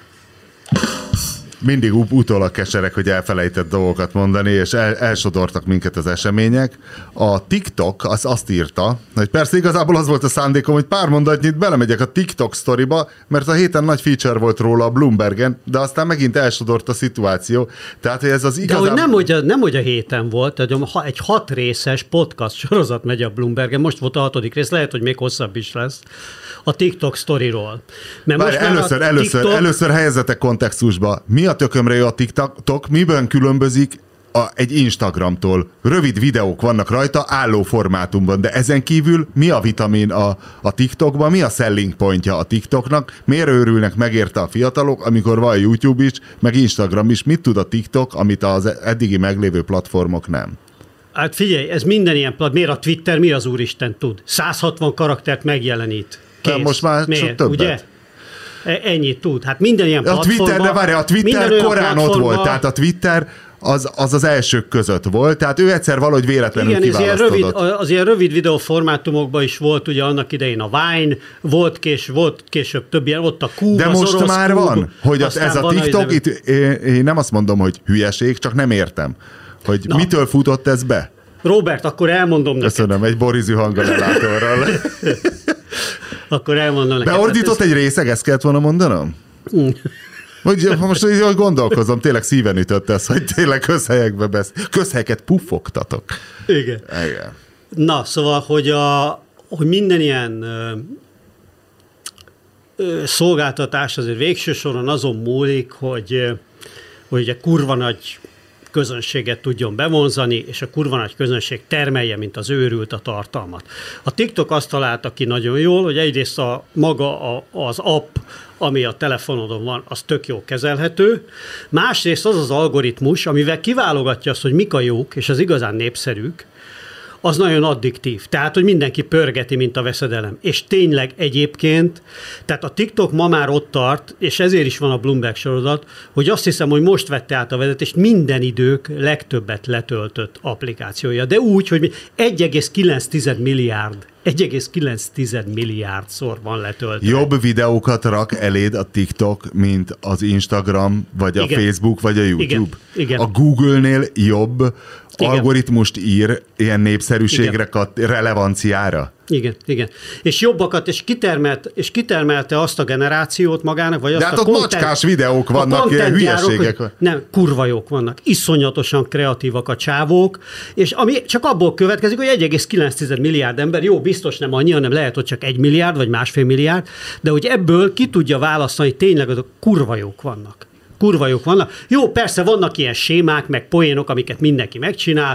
Mindig utólag keserek, hogy elfelejtett dolgokat mondani, és el, elsodortak minket az események. A TikTok az azt írta, hogy persze igazából az volt a szándékom, hogy pár mondatnyit belemegyek a TikTok sztoriba, mert a héten nagy feature volt róla a Bloombergen, de aztán megint elsodort a szituáció. Tehát, hogy ez az igazából... De hogy nem, hogy a, nem, hogy a héten volt, hogy egy hat részes podcast sorozat megy a Bloombergen, most volt a hatodik rész, lehet, hogy még hosszabb is lesz, a TikTok sztoriról. Mert Bár most először, TikTok... először, először helyezetek kontextusba. Mi a tökömre jó a TikTok, miben különbözik a, egy Instagramtól? Rövid videók vannak rajta, álló formátumban, de ezen kívül mi a vitamin a, a TikTokban, mi a selling pointja a TikToknak, miért őrülnek megérte a fiatalok, amikor van YouTube is, meg Instagram is, mit tud a TikTok, amit az eddigi meglévő platformok nem? Hát figyelj, ez minden ilyen plat. Miért a Twitter, mi az úristen tud? száz hatvan karaktert megjelenít. Kész. Most már miért? többet. Ugye? Ennyit tud. Hát minden ilyen platforma... A Twitter, de várj, a Twitter korán ott volt, tehát a Twitter az, az az elsők között volt, tehát ő egyszer valahogy véletlenül igen, kiválasztodott. Igen, rövid, az ilyen rövid videóformátumokban is volt ugye annak idején a Vine, volt, kés, volt később több ilyen, ott a Kúb, de az most orosz már Kúb, van, hogy az, ez a TikTok, itt, én, én nem azt mondom, hogy hülyeség, csak nem értem, hogy Na. mitől futott ez be. Robert, akkor elmondom neked. Köszönöm, egy borízű hangalelátorral. Akkor elmondom neked. Beordított ez... egy részeg, ezt kellett volna mondanom? Mm. Hogy most így gondolkozom, tényleg szíven ütött ez, hogy tényleg közhelyekbe besz... közhelyeket puffogtatok. Igen. Igen. Na, szóval, hogy, a, hogy minden ilyen ö, ö, szolgáltatás azért végső soron azon múlik, hogy, hogy ugye kurva nagy közönséget tudjon bevonzani, és a kurva nagy közönség termelje, mint az őrült a tartalmat. A TikTok azt találta ki nagyon jól, hogy egyrészt a maga a, az app, ami a telefonodon van, az tök jó kezelhető. Másrészt az az algoritmus, amivel kiválogatja azt, hogy mik a jók, és az igazán népszerűk, az nagyon addiktív. Tehát, hogy mindenki pörgeti, mint a veszedelem. És tényleg egyébként, tehát a TikTok ma már ott tart, és ezért is van a Bloomberg sorozat, hogy azt hiszem, hogy most vette át a vezetést minden idők legtöbbet letöltött applikációja. De úgy, hogy egy egész kilenc milliárd egy egész kilenc milliárdszor van letöltve. Jobb videókat rak eléd a TikTok, mint az Instagram, vagy a Igen. Facebook, vagy a YouTube. Igen. Igen. A Google-nél jobb Igen. algoritmust ír ilyen népszerűségre, kat, relevanciára. Igen, igen. És jobbakat, és, kitermelt, és kitermelte azt a generációt magának, vagy De azt hát a ott content, macskás videók vannak, ilyen hülyeségek. Hogy nem, kurva jók vannak. Iszonyatosan kreatívak a csávók, és ami csak abból következik, hogy egy egész kilenc milliárd ember, jó, biztos nem annyi, hanem lehet, hogy csak egy milliárd, vagy másfél milliárd, de hogy ebből ki tudja választani, hogy tényleg azok kurva jók vannak. Kurva jók vannak. Jó, persze vannak ilyen sémák, meg poénok, amiket mindenki megcsinál.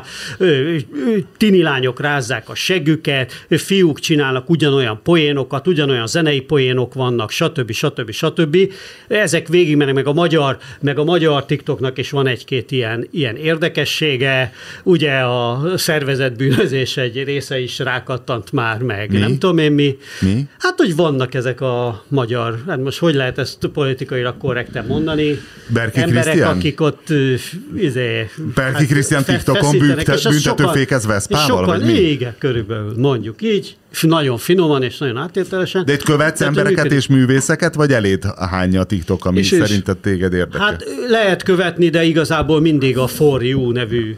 Tini lányok rázzák a seggüket, fiúk csinálnak ugyanolyan poénokat, ugyanolyan zenei poénok vannak, stb. stb. stb. Ezek végigmennek, meg a magyar, meg a magyar TikToknak is van egy-két ilyen, ilyen érdekessége. Ugye a szervezett bűnözés egy része is rákattant már meg. Mi? Nem tudom én mi. Mi? Hát, hogy vannak ezek a magyar, hát most hogy lehet ezt politikailag korrekten mondani? Berki emberek, Krisztián? akik ott izé, Berki Krisztián hát, TikTokon büntetőfékez Veszpával? Sokan, igen, körülbelül mondjuk így, nagyon finoman és nagyon áttételesen. De itt követsz Tehát, embereket működik. És művészeket, vagy eléd hányja a TikTok, ami és szerinted téged érdekel? Hát lehet követni, de igazából mindig a For You nevű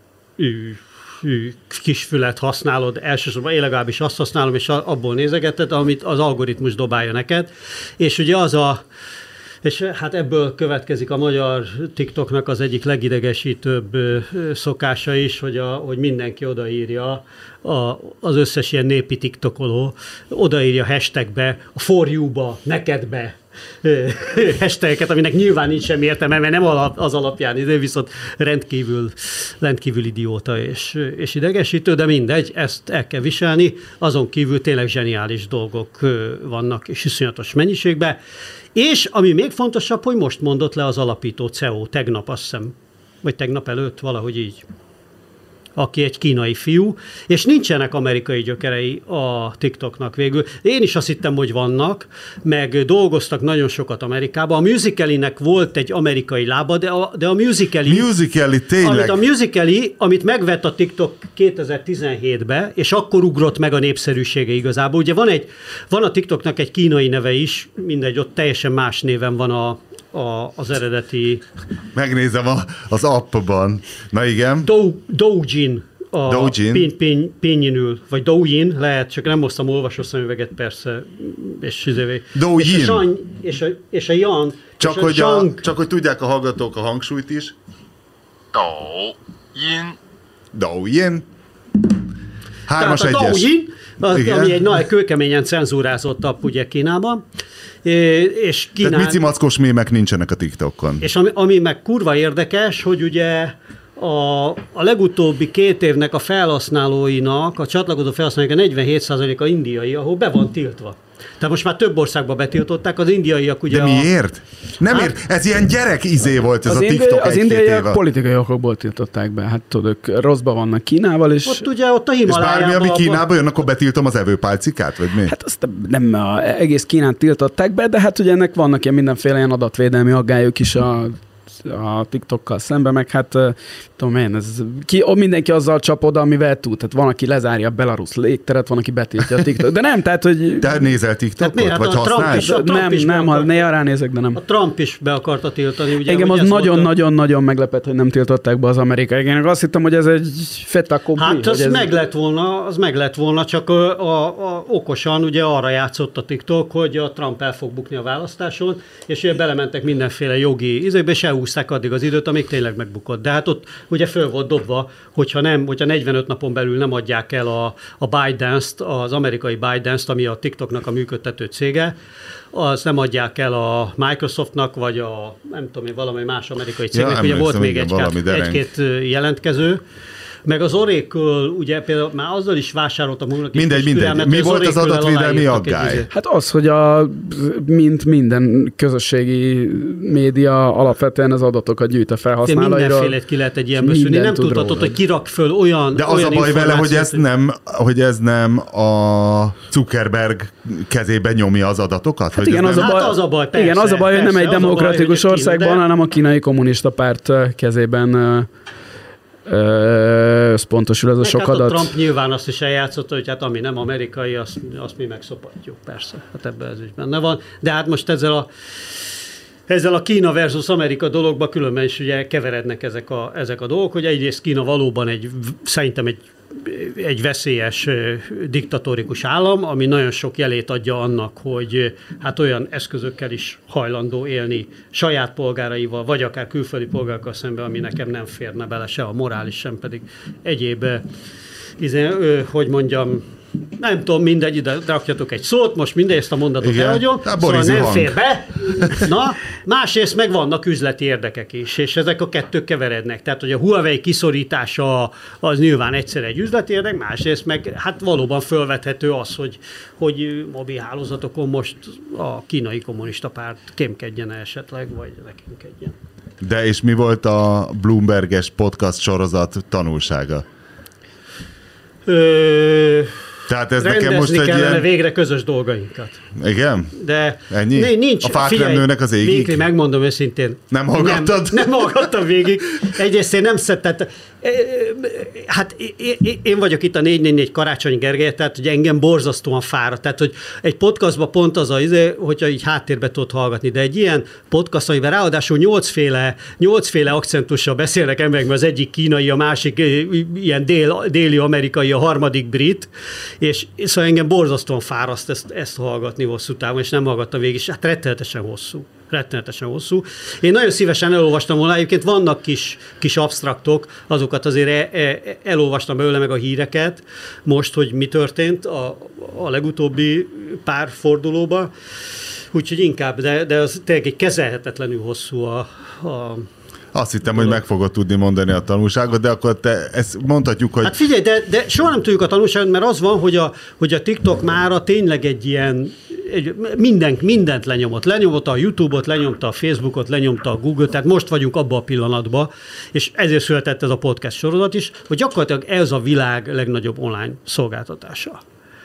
ő, ő, kisfület használod, elsősorban én legalábbis azt használom, és abból nézegeted, amit az algoritmus dobálja neked. És ugye az a És hát ebből következik a magyar TikToknak az egyik legidegesítőbb szokása is, hogy, a, hogy mindenki odaírja, a, az összes ilyen népi tiktokoló odaírja hashtagbe, a for you-ba, nekedbe hashtageket, aminek nyilván nincs semmi értelme, mert nem alap, az alapján, de viszont rendkívül, rendkívül idióta és, és idegesítő, de mindegy, ezt el kell viselni, azon kívül tényleg zseniális dolgok vannak, és iszonyatos mennyiségben. És ami még fontosabb, hogy most mondott le az alapító cé e o, tegnap azt hiszem, vagy tegnap előtt, valahogy így, aki egy kínai fiú, és nincsenek amerikai gyökerei a TikToknak végül. Én is azt hittem, hogy vannak, meg dolgoztak nagyon sokat Amerikában. A Musical.ly-nek volt egy amerikai lába, de a, de a Musical.ly, Musical.ly, tényleg. Amit a Musical.ly, amit megvett a TikTok kétezer-tizenhétben, és akkor ugrott meg a népszerűsége igazából. Ugye van, egy, van a TikToknak egy kínai neve is, mindegy, ott teljesen más néven van a A, az eredeti... Megnézem a, az appban. Na igen. Dou, Doujin. A Doujin. Pin, pin, pinnyinül, vagy Douyin, lehet, csak nem hoztam olvasószemüveget persze. És, Douyin. És a, és a, és a Yang. Csak, és a hogy Zhang, a, csak hogy tudják a hallgatók a hangsúlyt is. Douyin. Douyin. Hármas tehát a egyes. Douyin, az, Igen. ami egy nagy kőkeményen cenzúrázott app ugye Kínában. És Kínán, Tehát micimackos mémek nincsenek a TikTokon. És ami, ami meg kurva érdekes, hogy ugye a, a legutóbbi két évnek a felhasználóinak, a csatlakozó felhasználóinak a negyvenhét százaléka indiai, ahol be van tiltva. Tehát most már több országban betiltották, az indiaiak ugye... De miért? Nem Hát- ért. Ez ilyen gyerek izé volt ez Az, a indi- TikTok az egy-két indiaiak éve. politikai okokból tiltották be. Hát tudod, ők rosszban vannak Kínával, és... Ott ugye ott a És Himalájában... bármi, ami abban- Kínába jön, akkor betiltom az evőpálcikát, vagy mi? Hát azt nem a, egész Kínát tiltották be, de hát ugye ennek vannak ilyen mindenféle ilyen adatvédelmi aggályok is a, a TikTokkal szemben, meg hát tudom én, ez, ki, ó, mindenki azzal csap oda, amivel tud. Tehát van, aki lezárja a Belarus légteret, van, aki betiltja a TikTok. De nem, tehát, hogy... Te nézel Tehát miért? TikTokot, Hát vagy a Trump használsz? is- a Trump nem, is nem, be ha akar- néha ránézek, de nem. A Trump is be akarta tiltani, ugye? Engem hogy az ez volt a- nagyon-nagyon-nagyon meglepett, hogy nem tiltották be az amerikaiak. Azt hittem, hogy ez egy fait accompli. Hát hogy az ez... meg lett volna, az meg lett volna, csak a, a, a, okosan ugye arra játszott a TikTok, hogy a Trump el fog bukni a választáson, és ugye belementek mindenféle jogi izékbe, és elhúzták addig az időt, amíg tényleg megbukott. De hát ott ugye föl volt dobva, hogyha nem, hogyha negyvenöt napon belül nem adják el a, a ByteDance-t, az amerikai ByteDance-t, ami a TikToknak a működtető cége, az nem adják el a Microsoftnak, vagy a nem tudom én, valami más amerikai cégnek, Ja, ugye volt emlékszem, még igen, egy, valami dereng. egy-két jelentkező, meg az Oracle, ugye például már azzal is vásároltam magunknak. Mindegy, kis mindegy. türelmet, Mi hogy volt az Oracle-rel adatvédelmi aláírtak egy aggály? izét. Hát az, hogy a, mint minden közösségi média alapvetően az adatokat gyűjt a felhasználóiról. Mindenfélét ki lehet egy ilyen Mindent böszülni. Nem tud tudhatod, rólad. hogy kirak föl olyan De az olyan a baj vele, hogy ez, információt, nem, hogy ez nem a Zuckerberg kezébe nyomja az adatokat? Hát hogy igen, ez az nem... a baj, Hát az a baj, persze, igen, az a baj, hogy nem persze, egy az a baj, demokratikus hogy a országban, Kína, de- hanem a kínai kommunista párt ö, kezében ö, ö, összpontosul ez a Meg sok hát adat. a Trump nyilván azt is eljátszotta, hogy hát ami nem amerikai, azt, azt mi megszopatjuk, persze. Hát ebben ez is benne van. De hát most ezzel a Ezzel a Kína versus Amerika dologba különben is ugye keverednek ezek a, ezek a dolgok, hogy egyrészt Kína valóban egy, szerintem egy, egy veszélyes diktatórikus állam, ami nagyon sok jelét adja annak, hogy hát olyan eszközökkel is hajlandó élni saját polgáraival, vagy akár külföldi polgárokkal szemben, ami nekem nem férne bele se a morális, sem pedig egyéb, izé, hogy mondjam, nem tudom, mindegy, ide rakjatok egy szót, most mindegy, ezt a mondatot Igen. elhagyom, Hát szóval Boris nem hang. fér be. Na, másrészt meg vannak üzleti érdekek is, és ezek a kettők keverednek. Tehát, hogy a Huawei kiszorítása az nyilván egyszer egy üzleti érdek, másrészt meg hát valóban fölvethető az, hogy, hogy mobil hálózatokon most a kínai kommunista párt kémkedjen esetleg, vagy lekémkedjen. De és mi volt a Bloomberges podcast sorozat tanulsága? Ö, Tehát ez nekem most rendezni egy kellene ilyen... végre közös dolgainkat. Igen? De Ennyi? Né, nincs. A fák figyelj, nem nőnek az égig? Végli, megmondom őszintén. Nem hallgattad? Nem, nem hallgattam végig. Egyrészt én nem szedtem. Hát én vagyok itt a négy négy négy Karácsony Gergely, tehát hogy engem borzasztóan fáradt. Tehát, hogy egy podcastban pont az, hogyha így háttérbe tudod hallgatni, de egy ilyen podcast, amiben ráadásul nyolcféle, nyolcféle akcentussal beszélnek emberek, mert az egyik kínai, a másik ilyen dél, déli amerikai, a harmadik brit, és szóval engem borzasztóan fáraszt ezt, ezt hallgatni hosszú távon, és nem hallgattam végig, és hát rettenetesen hosszú. rettenetesen hosszú. Én nagyon szívesen elolvastam volna, egyébként vannak kis, kis absztraktok, azokat azért e, e, elolvastam belőle meg a híreket, most, hogy mi történt a, a legutóbbi pár fordulóban, úgyhogy inkább, de, de az tényleg egy kezelhetetlenül hosszú a, a Azt hittem, hogy meg fogod tudni mondani a tanulságot, de akkor te ezt mondhatjuk, hogy... Hát figyelj, de, de soha nem tudjuk a tanulságot, mert az van, hogy a, hogy a TikTok mára tényleg egy ilyen, egy, minden, mindent lenyomott. Lenyomott a YouTube-ot, lenyomta a Facebookot, lenyomta a Google-t, tehát most vagyunk abban a pillanatban, és ezért született ez a podcast sorozat is, hogy gyakorlatilag ez a világ legnagyobb online szolgáltatása.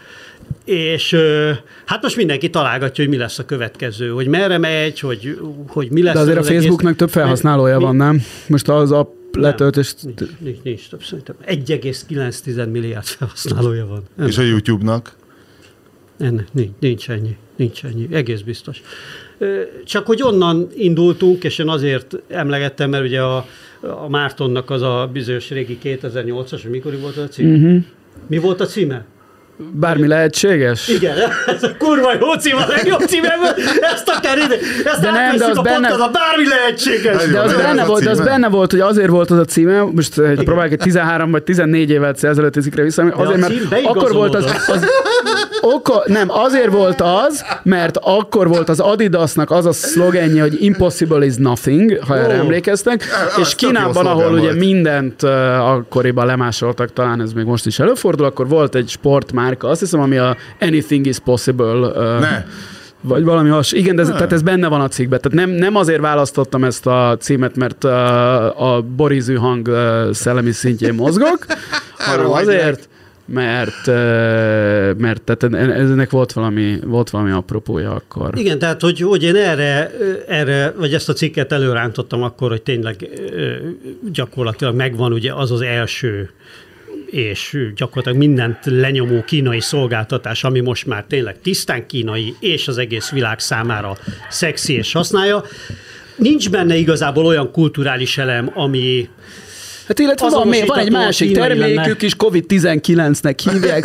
És hát most mindenki találgatja, hogy mi lesz a következő, hogy merre megy, hogy, hogy mi lesz. De azért a Facebooknak egész... több felhasználója mi... van, nem? Most az app letöltés... Nincs, nincs, nincs több, szerintem egy egész kilenc milliárd felhasználója van. Nem. És a YouTube-nak? Ennek nincs, nincs ennyi, nincs ennyi, egész biztos. Csak hogy onnan indultunk, és én azért emlegettem, mert ugye a, a Mártonnak az a bizonyos régi kétezer-nyolcas, hogy mikor volt a cím? Uh-huh. Mi volt a címe? Bármi lehetséges? Igen, ez a kurva jó cím, a legjobb címemből, ezt akár ide, ezt de nem, de az a benne... podcast, bármi lehetséges. De az, benne volt, de az benne volt, hogy azért volt az a címe, most igen. Próbáljuk egy tizenhárom vagy tizennégy évet ezelőtt ezikre vissza, azért, mert akkor volt az... az Oko, nem, azért volt az, mert akkor volt az Adidasnak az a szlogenje, hogy impossible is nothing, ha erre oh. emlékeztek, e, és Kínában, ahol ugye volt. mindent uh, akkoriban lemásoltak, talán ez még most is előfordul, akkor volt egy sportmárka, azt hiszem, ami a anything is possible. Uh, ne. Vagy valami has. Igen, de ez, tehát ez benne van a cikkben. Tehát nem, nem azért választottam ezt a címet, mert uh, a borízű hang uh, szellemi szintjén mozgok, hanem azért, mert, mert tehát ennek volt valami, volt valami apropója akkor. Igen, tehát hogy, hogy én erre, erre, vagy ezt a cikket előrántottam akkor, hogy tényleg gyakorlatilag megvan ugye az az első és gyakorlatilag mindent lenyomó kínai szolgáltatás, ami most már tényleg tisztán kínai, és az egész világ számára szexi és használja. Nincs benne igazából olyan kulturális elem, ami hát illetve van, még, van egy másik termékük lenne. is, kovid tizenkilencnek hívják.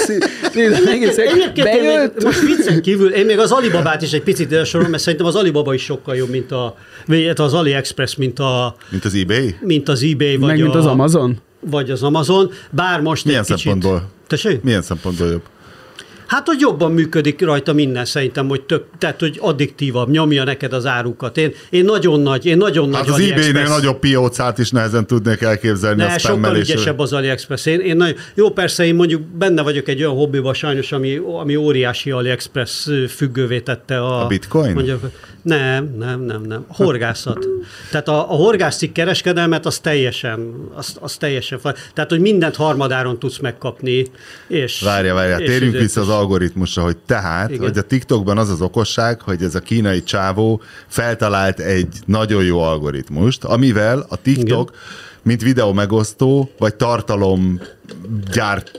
Egyébként most viccen kívül, én még az Alibabát is egy picit elsorolom, mert szerintem az Alibaba is sokkal jobb, mint a, az AliExpress, mint a... Mint az eBay? Mint az eBay, vagy meg mint a, az Amazon? Vagy az Amazon, bár most Milyen egy kicsit... szempontból? Tessék? Milyen szempontból jobb? Hát, hogy jobban működik rajta minden szerintem, hogy több, tehát, hogy addiktívabb, nyomja neked az árukat. Én, én nagyon nagy, én nagyon hát nagy az eBay-nél nagyobb piócát is nehezen tudnék elképzelni. Ne, sokkal ügyesebb az AliExpress. Én, én nagyon, jó, persze én mondjuk benne vagyok egy olyan hobbiba sajnos, ami, ami óriási AliExpress függővé tette a... A bitcoin? Mondjuk, nem, nem, nem, nem. A horgászat. Tehát a, a horgászcikk kereskedelmet az teljesen, az, az teljesen... Tehát, hogy mindent harmadáron tudsz megkapni, és... Várja, várja, térjünk vissza az algoritmusra, hogy tehát, igen. hogy a TikTokban az az okosság, hogy ez a kínai csávó feltalált egy nagyon jó algoritmust, amivel a TikTok, igen. mint videó megosztó, vagy tartalom gyárt,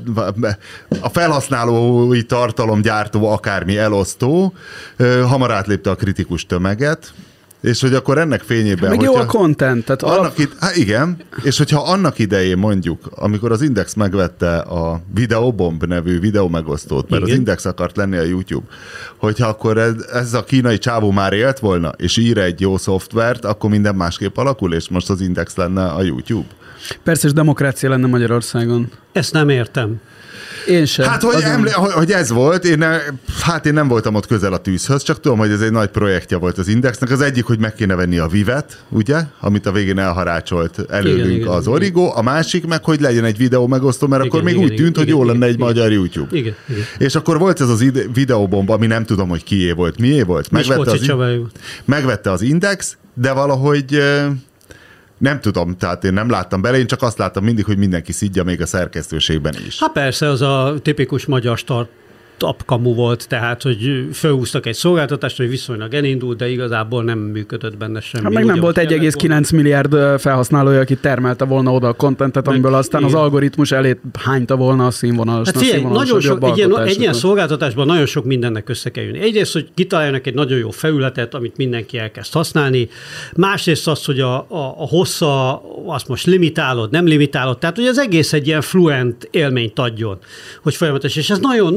a felhasználói tartalomgyártó, akármi elosztó, hamar átlépte a kritikus tömeget, és hogy akkor ennek fényében... Meg jó a content. Tehát annak alap... id- hát igen, és hogyha annak idején mondjuk, amikor az Index megvette a Videobomb nevű videómegosztót, mert igen. az Index akart lenni a YouTube, hogyha akkor ez, ez a kínai csávó már élt volna, és ír egy jó szoftvert, akkor minden másképp alakul, és most az Index lenne a YouTube. Persze, és demokrácia lenne Magyarországon. Ezt nem értem. Én sem. Hát, hogy, emlé- hogy ez volt, én ne, hát én nem voltam ott közel a tűzhöz, csak tudom, hogy ez egy nagy projektje volt az Indexnek. Az egyik, hogy meg kéne venni a Vivet, ugye, amit a végén elharácsolt előlünk igen, az igen, Origo. Igen. A másik meg, hogy legyen egy videó megosztó, mert igen, akkor még igen, úgy tűnt, igen, hogy igen, jó lenne igen, egy igen, magyar YouTube. Igen, igen. És akkor volt ez az ide- videóbomba, ami nem tudom, hogy kié volt, mié volt. Megvette az, in- megvette az Index, de valahogy... Nem tudom, tehát én nem láttam bele, én csak azt láttam mindig, hogy mindenki szidja még a szerkesztőségben is. Hát persze, az a tipikus magyar start apkamu volt, tehát, hogy felhúztak egy szolgáltatást, hogy viszonylag elindult, de igazából nem működött benne semmi. Hát meg nem volt egy egész kilenc milliárd felhasználója, aki termelte volna oda a kontentet, amiből aztán igen. az algoritmus elé hányta volna a színvonalas. Hát figyelj, nagyon sok, egy, ilyen, egy ilyen szolgáltatásban nagyon sok mindennek össze kell jönni. Egyrészt, hogy kitaláljanak egy nagyon jó felületet, amit mindenki elkezd használni. Másrészt az, hogy a, a, a hossza, azt most limitálod, nem limitálod. Tehát, hogy az egész egy ilyen fluent élményt adjon, hogy folyamatos. És ez nagyon, nagyon sok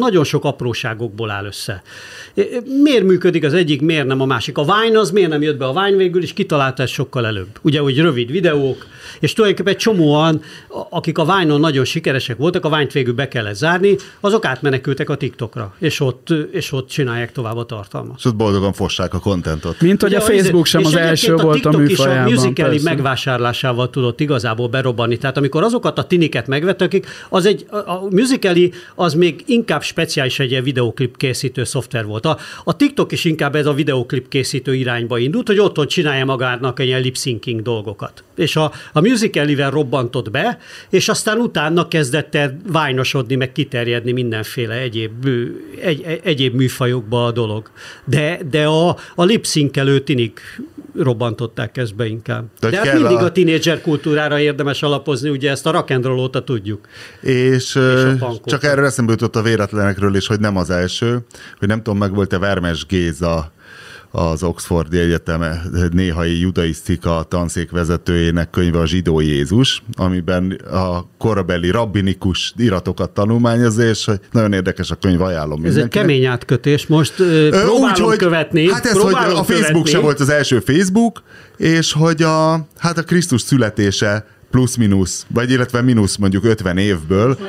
apróságokból áll össze. Miért működik az egyik, miért nem a másik? A Vine az miért nem jött be a Vine végül, és kitalálta ezt sokkal előbb. Ugye, hogy rövid videók, és tulajdonképpen egy csomóan, akik a Vine-on nagyon sikeresek voltak, a Vine-t végül be kellett zárni, azok átmenekültek a TikTokra, és ott, és ott csinálják tovább a tartalmat. És ott boldogan fossák a kontentot. Mint hogy a Facebook sem az első volt a műfajában. És a musicali megvásárlásával tudott igazából berobbanni. Tehát amikor azokat a tiniket megvettek, az egy, a musicali az még inkább speciális egy videóklip készítő szoftver volt. A, a TikTok is inkább ez a videóklip készítő irányba indult, hogy otthon csinálja magának egy ilyen lip-syncing dolgokat. És a, a musicalivel robbantott be, és aztán utána kezdett el vájnosodni, meg kiterjedni mindenféle egyéb, egy, egy, egyéb műfajokba a dolog. De, de a, a lip-synkelő tinik robbantották ezt be inkább. De, de hát mindig a, a tínédzser kultúrára érdemes alapozni, ugye ezt a rock and roll óta tudjuk. És, és csak erről eszembe jutott a véletlenekről is, hogy nem az első, hogy nem tudom, meg volt-e Vermes Géza, az Oxfordi Egyetem néhai judaisztika tanszék vezetőjének könyve a Zsidó Jézus, amiben a korabeli rabbinikus iratokat tanulmányozza, és hogy nagyon érdekes a könyv, ajánlom mindenkinek. Ez egy kemény átkötés, most próbálom úgy, hogy, követni. Hát ez, hogy a Facebook követni. se volt az első Facebook, és hogy a, hát a Krisztus születése plusz-minusz, vagy illetve mínusz mondjuk ötven évből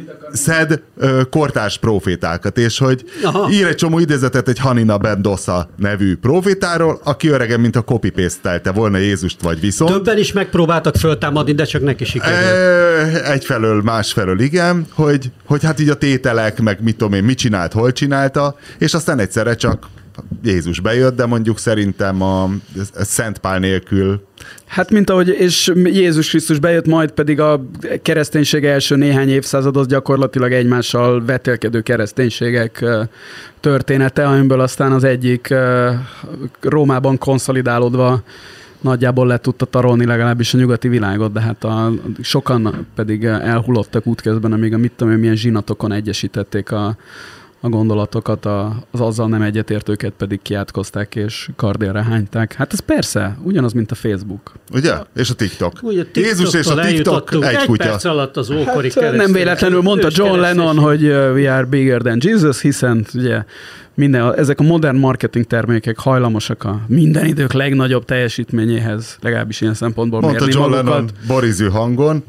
szed ö, kortárs profétákat, és hogy Aha. ír egy csomó idézetet egy Hanina ben Dossa nevű profétáról, aki öregen, mint a copy-paste-telte volna Jézust vagy viszont. Többen is megpróbáltak föltámadni, de csak neki sikerült. E, egyfelől, másfelől igen, hogy, hogy hát így a tételek, meg mit tudom én, mit csinált, hol csinálta, és aztán egyszerre csak Jézus bejött, de mondjuk szerintem a, a Szent Pál nélkül. Hát mint ahogy, és Jézus Krisztus bejött, majd pedig a kereszténység első néhány évszázad az gyakorlatilag egymással vetélkedő kereszténységek története, amiből aztán az egyik Rómában konszolidálódva nagyjából le tudta tarolni legalábbis a nyugati világot, de hát a, sokan pedig elhullottak útközben, amíg a mit tudom én, milyen zsinatokon egyesítették a a gondolatokat, a, az azzal nem egyetértőket pedig kiátkozták és kardélre hányták. Hát ez persze, ugyanaz, mint a Facebook. Ugye? És a TikTok. Ugye, Jézus és a TikTok egy, egy kutya. Perc alatt az ókori hát, nem véletlenül mondta John Lennon, hogy we are bigger than Jesus, hiszen ugye minden, ezek a modern marketing termékek hajlamosak a minden idők legnagyobb teljesítményéhez, legalábbis ilyen szempontból mondta mérni John magukat. Lennon borizű hangon.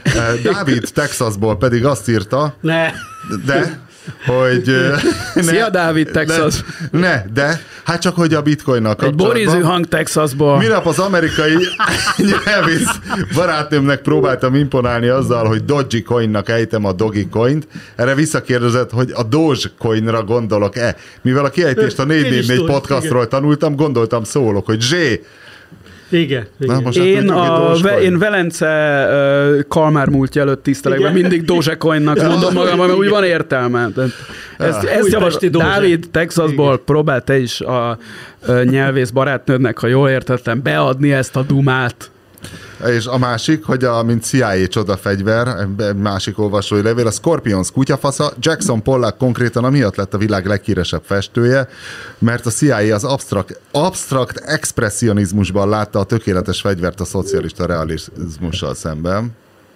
Dávid Texasból pedig azt írta, ne. de hogy... Ne, Szia, Dávid, Texas! Ne, ne, de hát csak, hogy a bitcoinnal kapcsolatban... Egy borizű hang Texasból. Minap az amerikai nyelvész barátnőmnek próbáltam imponálni azzal, hogy Dogecoinnak ejtem a Dogecoint. Erre visszakérdezett, hogy a Dogecoinra gondolok-e. Mivel a kiejtést a négy négy négy podcastról tanultam, gondoltam szólok, hogy zsé. Igen. igen. Na, én, a, ve, én Velence uh, Kalmár múltja előtt tisztelek, mert mindig Dogecoinnak ja, mondom magam, mert úgy van értelme. Ezt, ja, ezt javasol, Dávid Texasból igen. próbál te is a, a nyelvész barátnődnek, ha jól értettem, beadni ezt a dumát. És a másik, hogy a, mint C I A csodafegyver, másik olvasói levél, a Scorpions kutyafasza, Jackson Pollock konkrétan amiatt lett a világ leghíresebb festője, mert a C I A az absztrakt, absztrakt expresszionizmusban látta a tökéletes fegyvert a szocialista realizmussal szemben.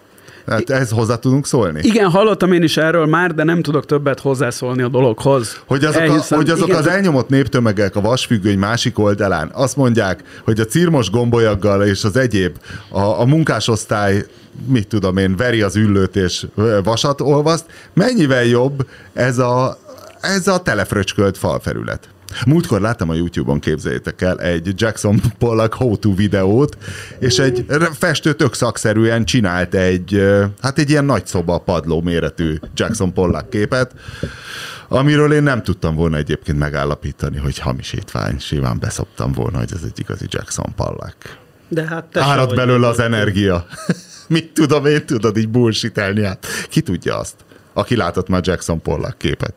Hát ehhez hozzá tudunk szólni? Igen, hallottam én is erről már, de nem tudok többet hozzászólni a dologhoz. Hogy azok, Elhiszem, a, hogy azok igen, az elnyomott néptömegek a vasfüggöny másik oldalán azt mondják, hogy a cirmos gombolyaggal és az egyéb, a, a munkásosztály, mit tudom én, veri az üllőt és vasat olvaszt, mennyivel jobb ez a, ez a telefröcskölt falfelület. Múltkor láttam a YouTube-on, képzeljétek el, egy Jackson Pollock how-to videót, és egy festő tök szakszerűen csinált egy, hát egy ilyen nagy szoba padló méretű Jackson Pollock képet, amiről én nem tudtam volna egyébként megállapítani, hogy hamisítvány. Simán beszoptam volna, hogy ez egy igazi Jackson Pollock. De hát árad belőle az energia. Mit tudom én, tudod így bullshitelni át. Ki tudja azt, aki látott már Jackson Pollock képet.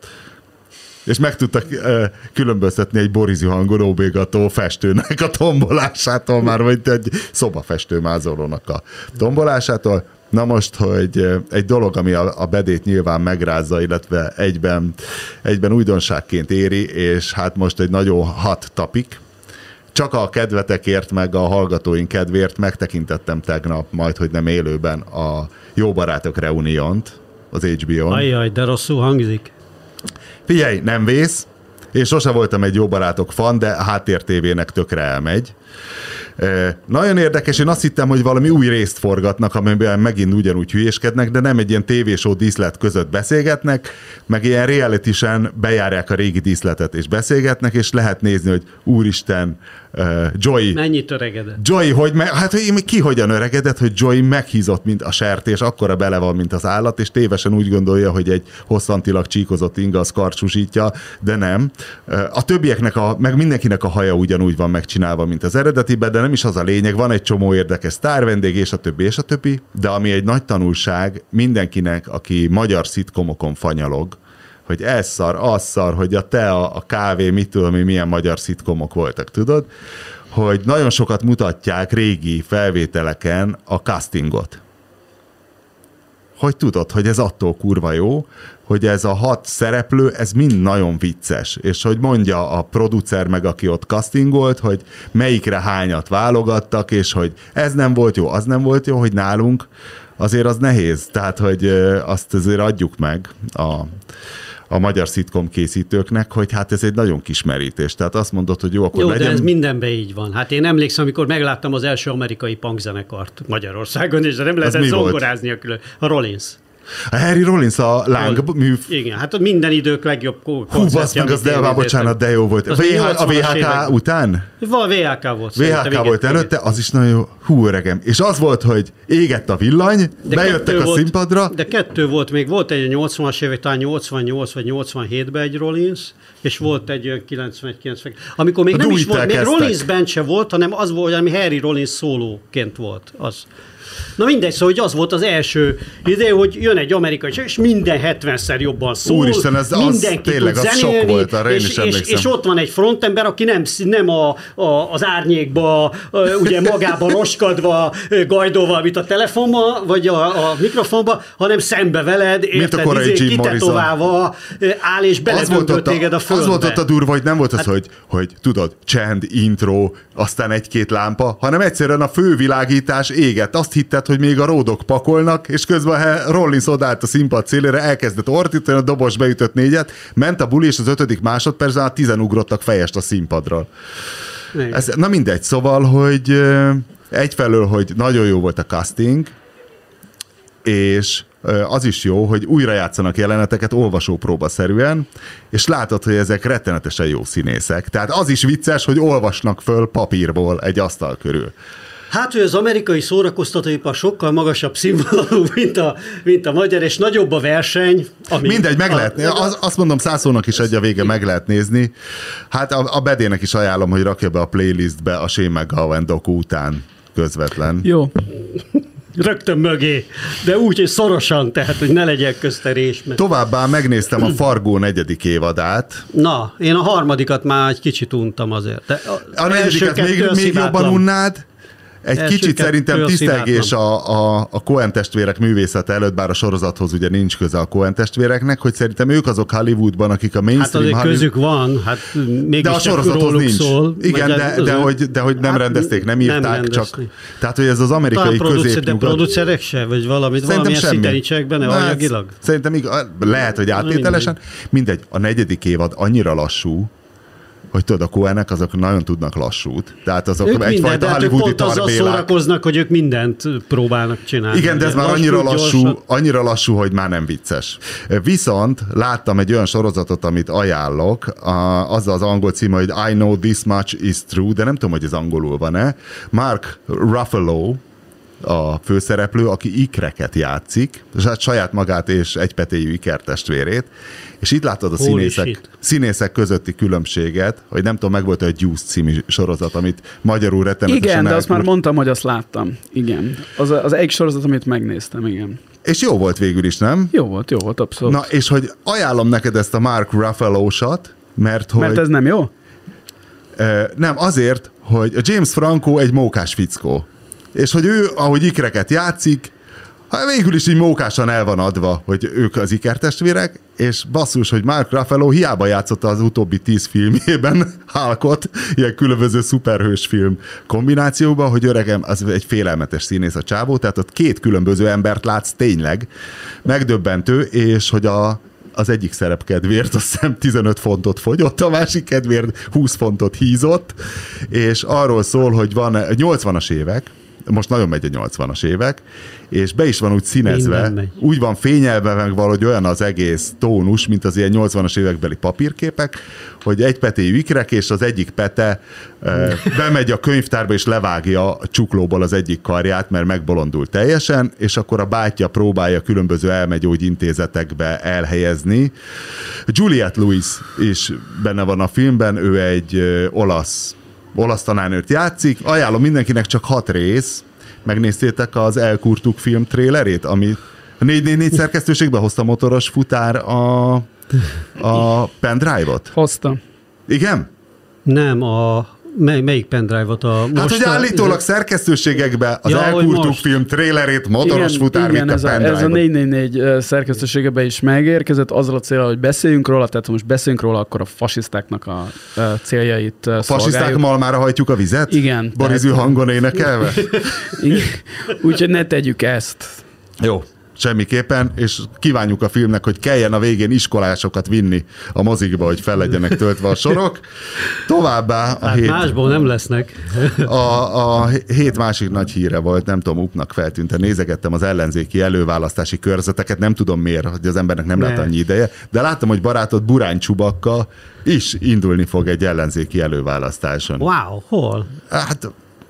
És meg tudtak uh, különböztetni egy borizű hangon óbégató festőnek a tombolásától, már vagy egy szobafestő mázolónak a tombolásától. Na most, hogy egy dolog, ami a, a bedét nyilván megrázza, illetve egyben, egyben újdonságként éri, és hát most egy nagyon hot topic. Csak a kedvetekért, meg a hallgatóink kedvéért megtekintettem tegnap, majd, hogy nem élőben, a Jó Barátok Reuniont az há bé ó-n. Ajjaj, de rosszul hangzik. Figyelj, nem vész. Én sose voltam egy Jó Barátok fan, de a háttértévének tökre elmegy. E, nagyon érdekes, én azt hittem, hogy valami új részt forgatnak, amiben megint ugyanúgy hülyéskednek, de nem egy ilyen tévéshow díszlet között beszélgetnek, meg ilyen reality-sen bejárják a régi díszletet és beszélgetnek, és lehet nézni, hogy úristen, uh, Joey... Mennyit öregedett? Joey, hogy me, hát hogy ki hogyan öregedett, hogy Joey meghízott, mint a sertés, akkora bele van, mint az állat, és tévesen úgy gondolja, hogy egy hosszantilag csíkozott inga az karcsúsítja, de nem. A többieknek, a, meg mindenkinek a haja ugyanúgy van megcsinálva, mint az eredetiben, de nem is az a lényeg, van egy csomó érdekes sztárvendég, és a többi, és a többi, de ami egy nagy tanulság mindenkinek, aki magyar szitkomokon fanyalog, hogy ez szar, az szar, hogy a te, a, a kávé, mit tudom, milyen magyar szitkomok voltak, tudod? Hogy nagyon sokat mutatják régi felvételeken a castingot. Hogy tudod, hogy ez attól kurva jó, hogy ez a hat szereplő, ez mind nagyon vicces, és hogy mondja a producer meg, aki ott castingolt, hogy melyikre hányat válogattak, és hogy ez nem volt jó, az nem volt jó, hogy nálunk azért az nehéz, tehát, hogy azt azért adjuk meg a, a magyar szitkom készítőknek, hogy hát ez egy nagyon kis merítés. Tehát azt mondod, hogy jó, akkor jó, legyen... de ez mindenben így van. Hát én emlékszem, amikor megláttam az első amerikai punkzenekart Magyarországon, és nem lehetett zongorázni a külön. A Rollins. A Harry Rollins a lángmű... Igen, hát minden idők legjobb koncertje. Hú, basz meg, az de, már bocsánat, de jó volt. A vé há ká után? Val vé há ká volt. vé há ká volt előtte, az is nagyon jó. Hú, öregem. És az volt, hogy égett a villany, de bejöttek a volt, színpadra. De kettő volt még. Volt egy nyolcvanas évek, talán nyolcvannyolc vagy nyolcvanhétben egy Rollins, és volt egy kilencvenegy kilencven. Amikor még a nem is volt, még Rollins band se volt, hanem az volt, ami Harry Rollins szólóként volt. Az. Na mindegy, szóval hogy az volt az első ide, hogy jön egy amerikai, és minden hetvenszer jobban szól. Úristen, ez mindenki az, tényleg, tud az zenélni, sok volt, arra én és, is emlékszem. És, és ott van egy frontember, aki nem, nem a, a, az árnyékba, ugye magába roskadva, gajdolva, mint a telefonba, vagy a, a mikrofonba, hanem szembe veled, érted, izé, kitetoválva áll, és beledöntött téged a földbe. Az volt ott a durva, hogy nem volt az, hát, hogy, hogy tudod, csend, intro, aztán egy-két lámpa, hanem egyszerűen a fővilágítás égett. Azt hitted, hogy még a ródok pakolnak, és közben Rollins odállt a színpad szélére, elkezdett ordítani, a dobos beütött négyet, ment a buli, és az ötödik másodpercben már tizen ugrottak fejest a színpadról. Ez, na mindegy, szóval, hogy egyfelől, hogy nagyon jó volt a casting, és az is jó, hogy újra játszanak jeleneteket olvasópróbaszerűen, és látod, hogy ezek rettenetesen jó színészek. Tehát az is vicces, hogy olvasnak föl papírból egy asztal körül. Hát, hogy az amerikai szórakoztatóipar sokkal magasabb színvonalú, mint a, mint a magyar, és nagyobb a verseny. Ami Mindegy, meg a, lehet, az, azt mondom, százszónak is egy a vége meg lehet nézni. Hát a, a Bedének is ajánlom, hogy rakja be a playlistbe a Shane McGowan doku után közvetlen. Jó. Rögtön mögé, de úgy, hogy szorosan, tehát, hogy ne legyen közterés. Mert... Továbbá megnéztem a Fargo negyedik évadát. Na, én a harmadikat már egy kicsit untam azért. De a, a negyediket még, még jobban unnád. Egy első kicsit szerintem tisztelgés a, a, a Coen testvérek művészete előtt, bár a sorozathoz ugye nincs köze a Coen testvéreknek, hogy szerintem ők azok Hollywoodban, akik a mainstream... Hát azért Hollywood... közük van, hát mégis de a sorozathoz nincs. Szól, igen, de, de, de, hogy, de hogy nem hát rendezték, nem írták, nem csak... Tehát, hogy ez az amerikai középnyugat... De producerek se, vagy valamit, valamilyen szinten nincsenek benne anyagilag? Szerintem igaz, lehet, hogy áttételesen. Mindegy, a negyedik évad annyira lassú, hogy tudod, a Coenek azok nagyon tudnak lassút. Tehát azok ők egyfajta minden, hollywoodi tarbélák. Ők pont azzal szórakoznak, hogy ők mindent próbálnak csinálni. Igen, de ez már annyira lassú, annyira lassú, hogy már nem vicces. Viszont láttam egy olyan sorozatot, amit ajánlok, azzal az angol címe, hogy I know this much is true, de nem tudom, hogy ez angolul van-e. Mark Ruffalo a főszereplő, aki ikreket játszik, saját magát és egypetéjű ikertestvérét, és itt látod a színészek, színészek közötti különbséget, hogy nem tudom, meg volt egy Juice című sorozat, amit magyarul rettenetesen igen, de elkúrt. azt már mondtam, hogy azt láttam. Igen. Az, az egy sorozat, amit megnéztem, igen. És jó volt végül is, nem? Jó volt, jó volt, abszolút. Na, és hogy ajánlom neked ezt a Mark Ruffalo-sat, mert hogy... Mert ez nem jó? Uh, nem, azért, hogy a James Franco egy mókás fickó. És hogy ő, ahogy ikreket játszik, hát végül is így mókásan el van adva, hogy ők az ikertestvérek, és basszus, hogy Mark Ruffalo hiába játszotta az utóbbi tíz filmjében Hulkot, ilyen különböző szuperhős film kombinációban, hogy öregem, az egy félelmetes színész a csávó, tehát ott két különböző embert látsz tényleg, megdöbbentő, és hogy a az egyik szerep kedvéért azt hiszem tizenöt fontot fogyott, a másik kedvéért húsz fontot hízott, és arról szól, hogy van nyolcvanas évek, most nagyon megy a nyolcvanas évek, és be is van úgy színezve, úgy van fényelve meg valahogy olyan az egész tónus, mint az ilyen nyolcvanas évekbeli papírképek, hogy egy petéjű ikrek, és az egyik pete e, bemegy a könyvtárba, és levágja a csuklóból az egyik karját, mert megbolondul teljesen, és akkor a bátyja próbálja különböző elmegyógyintézetekbe elhelyezni. Juliette Lewis is benne van a filmben, ő egy ö, olasz olasz tanárnőt játszik. Ajánlom mindenkinek, csak hat rész. Megnéztétek az Elkurtuk film trélerét, ami négy négy négy szerkesztőségbe hozta motoros futár a, a pendrive-ot? Hozta. Igen? Nem, a Mely, melyik pendrive-ot? A hát, hogy állítólag szerkesztőségekbe az ja, Elkurtuk film trélerét motoros igen, futár igen, vitte ez, a, ez a négy négy négy szerkesztőségebe is megérkezett, azzal a célra, hogy beszéljünk róla, tehát ha most beszéljünk róla, akkor a fasisztáknak a céljait a fasiszták malmára hajtjuk a vizet? Igen. Borizű tehát... hangon énekelve? Úgyhogy ne tegyük ezt. Jó. Semmiképpen, és kívánjuk a filmnek, hogy kelljen a végén iskolásokat vinni a mozikba, hogy fel legyenek töltve a sorok. Továbbá a hát hét... másból nem lesznek. A, a hét másik nagy híre volt, nem tudom, upnak feltűnt, nézegettem az ellenzéki előválasztási körzeteket, nem tudom miért, hogy az embernek nem ne. lett annyi ideje, de láttam, hogy barátod Burány Csubakka is indulni fog egy ellenzéki előválasztáson. Wow, hol? Hát,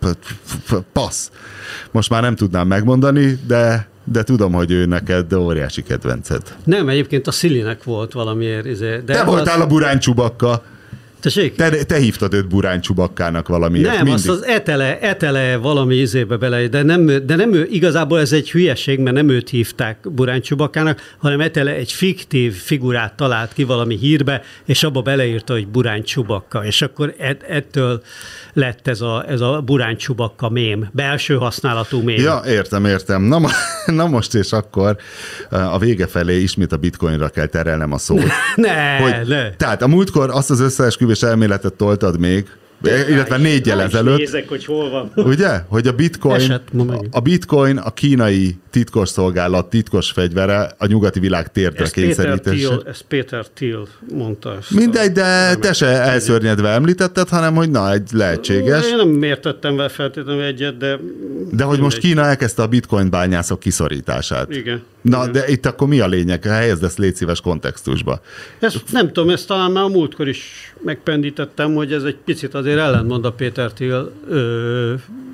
passz. Most már nem tudnám megmondani, de de tudom, hogy ő neked óriási kedvenced. Nem, egyébként a Szilinek volt valamiért. De te voltál az... a Burány Csubakka. Tessék? Te, te hívtad őt Burány Csubakkának valamiért. Nem, mindig. Azt az etele, etele valami izébe bele, de nem, de nem ő, igazából ez egy hülyeség, mert nem őt hívták Burány Csubakkának, hanem etele egy fiktív figurát talált ki valami hírbe, és abba beleírta, hogy Burány Csubakka, és akkor et, ettől lett ez a, ez a Burány Csubakka mém, belső használatú mém. Ja, értem, értem. Na, na most és akkor a vége felé ismét a bitcoinra kell terelnem a szót. ne, hogy, ne. Tehát a múltkor azt az összeesküvés elméletet toltad még, de illetve négyel ezelőtt. Nézek, hogy hol van. Ugye? Hogy a bitcoin, a, a bitcoin a kínai titkos szolgálat titkos fegyvere a nyugati világ térdre kényszerítése. Ez Péter Thiel mondta. Ezt mindegy, de te se elszörnyedve említetted, hanem hogy na, egy lehetséges. Én nem értettem vele feltétlenül egyet, de... De hogy most Kína elkezdte a bitcoin bányászok kiszorítását. Igen. Na, igen. De itt akkor mi a lényeg? Helyezd ezt légy szíves kontextusba. Ezt nem tudom, ezt talán már a múltkor is megpendítettem, hogy ez egy picit azért ellentmond a Péter Thiel ö,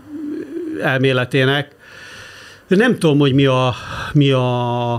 elméletének. Nem tudom, hogy mi a, mi a,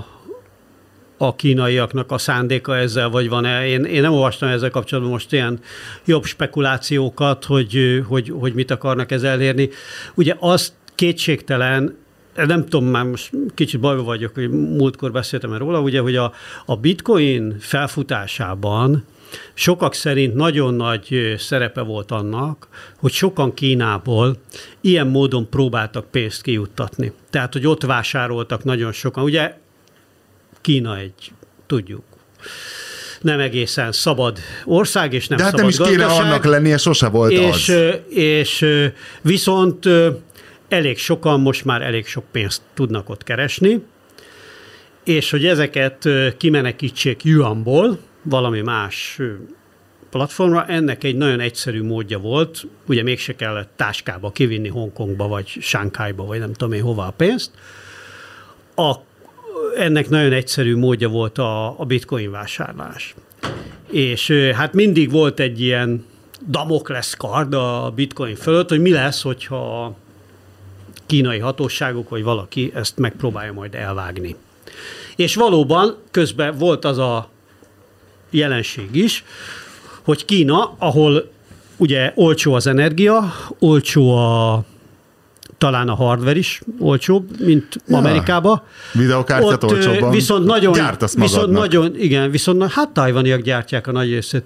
a kínaiaknak a szándéka ezzel, vagy van-e. Én, én nem olvastam ezzel kapcsolatban most ilyen jobb spekulációkat, hogy, hogy, hogy mit akarnak ezzel elérni. Ugye az kétségtelen, nem tudom, már most kicsit bajba vagyok, hogy múltkor beszéltem róla, ugye, hogy a, a bitcoin felfutásában sokak szerint nagyon nagy szerepe volt annak, hogy sokan Kínából ilyen módon próbáltak pénzt kijuttatni. Tehát, hogy ott vásároltak nagyon sokan. Ugye Kína egy, tudjuk, nem egészen szabad ország, és nem de hát szabad nem is kéne annak lennie, sose volt és, az. És viszont elég sokan most már elég sok pénzt tudnak ott keresni, és hogy ezeket kimenekítsék yuanból, valami más platformra, ennek egy nagyon egyszerű módja volt, ugye mégse kellett táskába kivinni Hongkongba, vagy Sánkhájba, vagy nem tudom én hova a pénzt. A, ennek nagyon egyszerű módja volt a, a bitcoin vásárlás. És hát mindig volt egy ilyen Damoklesz kard a bitcoin fölött, hogy mi lesz, hogyha a kínai hatóságok, vagy valaki ezt megpróbálja majd elvágni. És valóban közben volt az a jelenség is, hogy Kína, ahol ugye olcsó az energia, olcsó a, talán a hardware is olcsóbb, mint ja. Amerikában. Videokártyát olcsóbban viszont nagyon, gyártasz viszont nagyon, igen, viszont hát tajvaniak gyártják a nagy részét.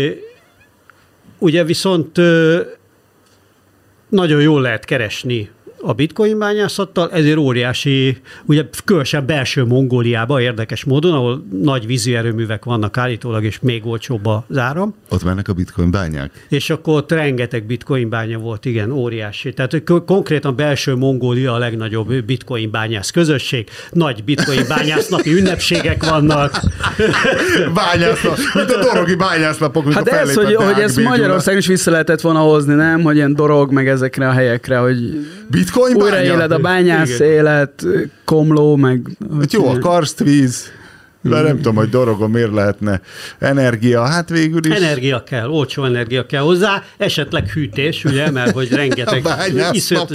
Ugye viszont nagyon jól lehet keresni a bitcoin bányászattal, ezért óriási, ugye különösen belső Mongóliában érdekes módon, ahol nagy vízi erőművek vannak állítólag, és még olcsóbb az áram. Ott mennek a bitcoin bányák? És akkor ott rengeteg bitcoin bánya volt, igen, óriási. Tehát konkrétan belső Mongólia a legnagyobb bitcoin bányász közösség, nagy bitcoin bányásznapi ünnepségek vannak. Bányásznap, mint a dorogi bányásznapok. Hát ez, hogy, hogy ezt Magyarországon is vissza lehetett volna hozni, nem? Hogy ilyen dorog meg ezekre a helyekre, hogy bitcoin bánya? Újraéled a bányász igen. élet, Komló, meg... Hát jó, a karstvíz, de nem tudom, hogy dorogon miért lehetne energia, hát végül is... Energia kell, olcsó energia kell hozzá, esetleg hűtés, ugye, mert hogy rengeteg... iszonyatos,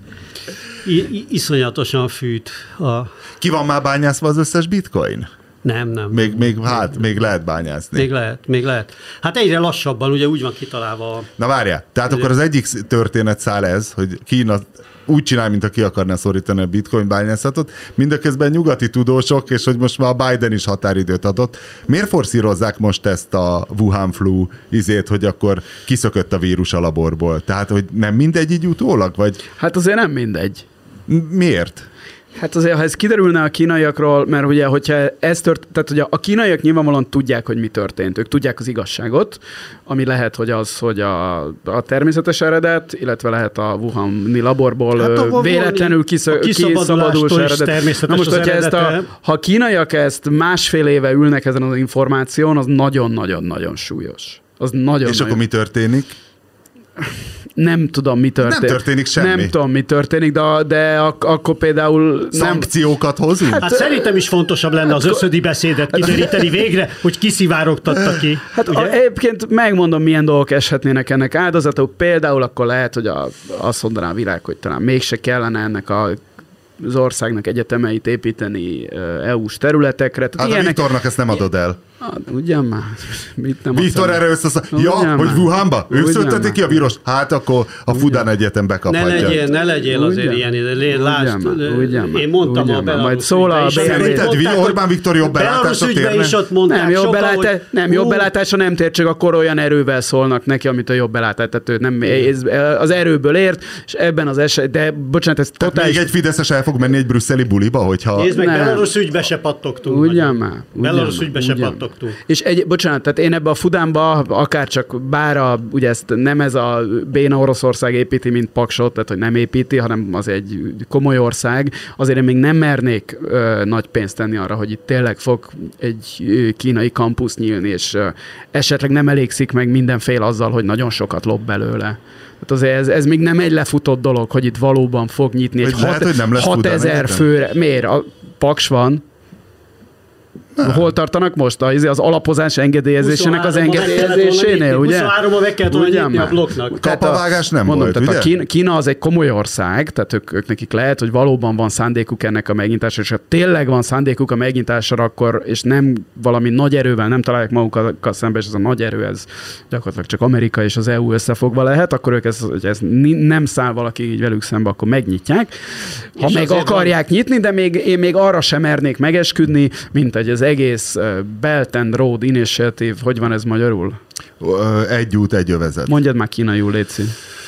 iszonyatosan fűt a... Ki van már bányászva az összes bitcoin? Nem, nem. Még, még, hát, még lehet bányászni. Még lehet, még lehet. Hát egyre lassabban, ugye úgy van kitalálva a... Na várjál, tehát akkor az egyik történetszál ez, hogy Kína úgy csinál, mint aki akarná szorítani a bitcoin bányászatot, mindeközben nyugati tudósok, és hogy most már a Biden is határidőt adott. Miért forszírozzák most ezt a Wuhan flu izét, hogy akkor kiszökött a vírus a laborból? Tehát, hogy nem mindegy így utólag, vagy? Hát azért nem mindegy. Miért? Hát azért, ha ez kiderülne a kínaiakról, mert ugye, hogyha ez tört, tehát ugye a kínaiak nyilvánvalóan tudják, hogy mi történt. Ők tudják az igazságot, ami lehet, hogy az, hogy a, a természetes eredet, illetve lehet a Wuhani laborból hát, véletlenül kiszö, kiszabadulós eredet. Na most, hogyha ezt a, ha a kínaiak ezt másfél éve ülnek ezen az információn, az nagyon-nagyon-nagyon súlyos. Az nagyon És akkor mi történik? Nem tudom, mi történik. Nem történik semmi. Nem tudom, mi történik, de, de ak- akkor például... Szankciókat nem... hozunk? Hát, hát szerintem is fontosabb lenne az összödi beszédet kideríteni végre, hogy kiszivárogtatta ki. Hát a, egyébként megmondom, milyen dolgok eshetnének ennek áldozatok. Például akkor lehet, hogy a, azt mondaná a világ, hogy talán mégse kellene ennek a az országnak egyetemeit építeni é u-s területekre. Hát ilyenek... a Viktornak ezt nem adod el. Ah, ugyan már. Mit nem Viktor erre összeszal. Ja, ugyan hogy Wuhanba? Ők szültetik ki a vírus? Hát akkor a Fudan Egyetem bekaphatja. Ne legyél, ne legyél azért ilyen. Lásd, én mondtam ugyan a Belarus majd szól a Szerinted Orbán Viktor jobb belátásra térne? Nem, jobb belátásra nem, jobb belátásra nem tér, csak akkor olyan erővel szólnak neki, amit a jobb belátás. Tehát ő nem, az erőből ért, és ebben az eset, de bocsánat, ez totális... Még egy fideszes el fog menni egy brüsszeli buliba, hogyha... Nézd meg, Belarus ügybe se pattogtunk. Ugyan már. Belarus ügybe se pattogtunk. És egy, bocsánat, tehát én ebbe a Fudánba, akár csak bár a, ugye ezt nem ez a béna Oroszország építi, mint Paksot, tehát hogy nem építi, hanem az egy komoly ország, azért én még nem mernék ö, nagy pénzt tenni arra, hogy itt tényleg fog egy kínai kampusz nyílni, és ö, esetleg nem elégszik meg mindenféle azzal, hogy nagyon sokat lop belőle. Tehát azért ez, ez még nem egy lefutott dolog, hogy itt valóban fog nyitni egy hatezer főre. Miért? A Paks van. Nem. Hol tartanak most? Az, az alapozás engedélyezésének az engedélyezésénél, ugye? huszonháromban meg kellett volna nyitni a blokknak. Kapavágás nem mondom, volt, ugye? A Kína, Kína az egy komoly ország, tehát ők, ők nekik lehet, hogy valóban van szándékuk ennek a megnyitásra, és ha tényleg van szándékuk a megnyitásra, akkor, és nem valami nagy erővel nem találják magukkal szemben, és ez a nagy erő, ez gyakorlatilag csak Amerika és az é u összefogva lehet, akkor ők ez, hogy ez nem száll valaki így velük szembe, akkor megnyitják. Ha és meg akarják van... nyitni, de még, én még arra sem mernék megesküdni, mint hogy az egész Belt and Road Initiative, hogy van ez magyarul? Egy út, egy övezet. Mondjad már kínaiul, létszi.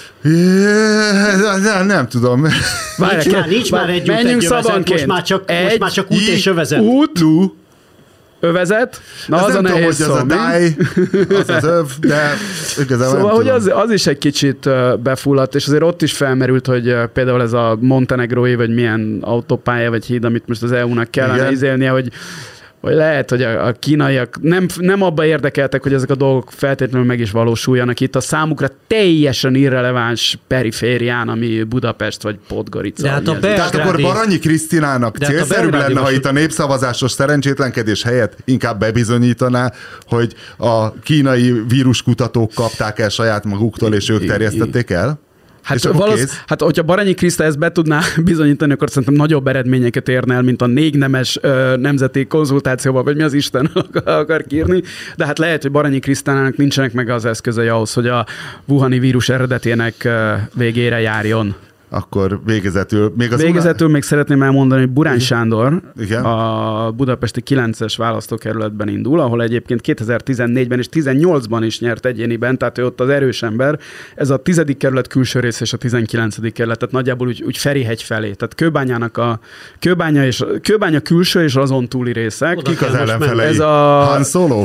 Nem, nem tudom. Várj, nincs, már, nincs már egy út, egy övezet, most már csak, egy, most már csak út és övezet. Út, övezet, na ez az a nehéz szó. Az a dáj, az az öv, de igazából szóval, nem hogy tudom. az, az is egy kicsit befulladt, és azért ott is felmerült, hogy például ez a montenegrói, vagy milyen autópálya, vagy híd, amit most az é u-nak kellene izélnie, hogy vagy lehet, hogy a, a kínaiak nem, nem abba érdekeltek, hogy ezek a dolgok feltétlenül meg is valósuljanak itt a számukra teljesen irreleváns periférián, ami Budapest vagy Podgorica. Hát a Tehát akkor Baranyi Krisztinának célszerűbb lenne, ha itt a népszavazásos szerencsétlenkedés helyett inkább bebizonyítaná, hogy a kínai víruskutatók kapták el saját maguktól, és ők terjesztették el? Hát, valósz, hát hogyha Baranyi Kriszta ezt be tudná bizonyítani, akkor szerintem nagyobb eredményeket érne el, mint a négy nemes ö, nemzeti konzultációban, vagy mi az Isten akar kírni. De hát lehet, hogy Baranyi Krisztának nincsenek meg az eszközei ahhoz, hogy a wuhani vírus eredetének ö, végére járjon. akkor végezetül... Még az végezetül una... még szeretném elmondani, hogy Burány Sándor Igen? a budapesti kilences választókerületben indul, ahol egyébként kétezer-tizennégyben és tizennyolcban is nyert egyéniben, tehát ő ott az erős ember. Ez a tizedik kerület külső rész és a tizenkilencedik kerület, tehát nagyjából úgy, úgy Ferihegy felé. Tehát Kőbányának a Kőbánya, és, Kőbánya külső és azon túli részek. Kik az ellenfelei? Ez a... Han Solo?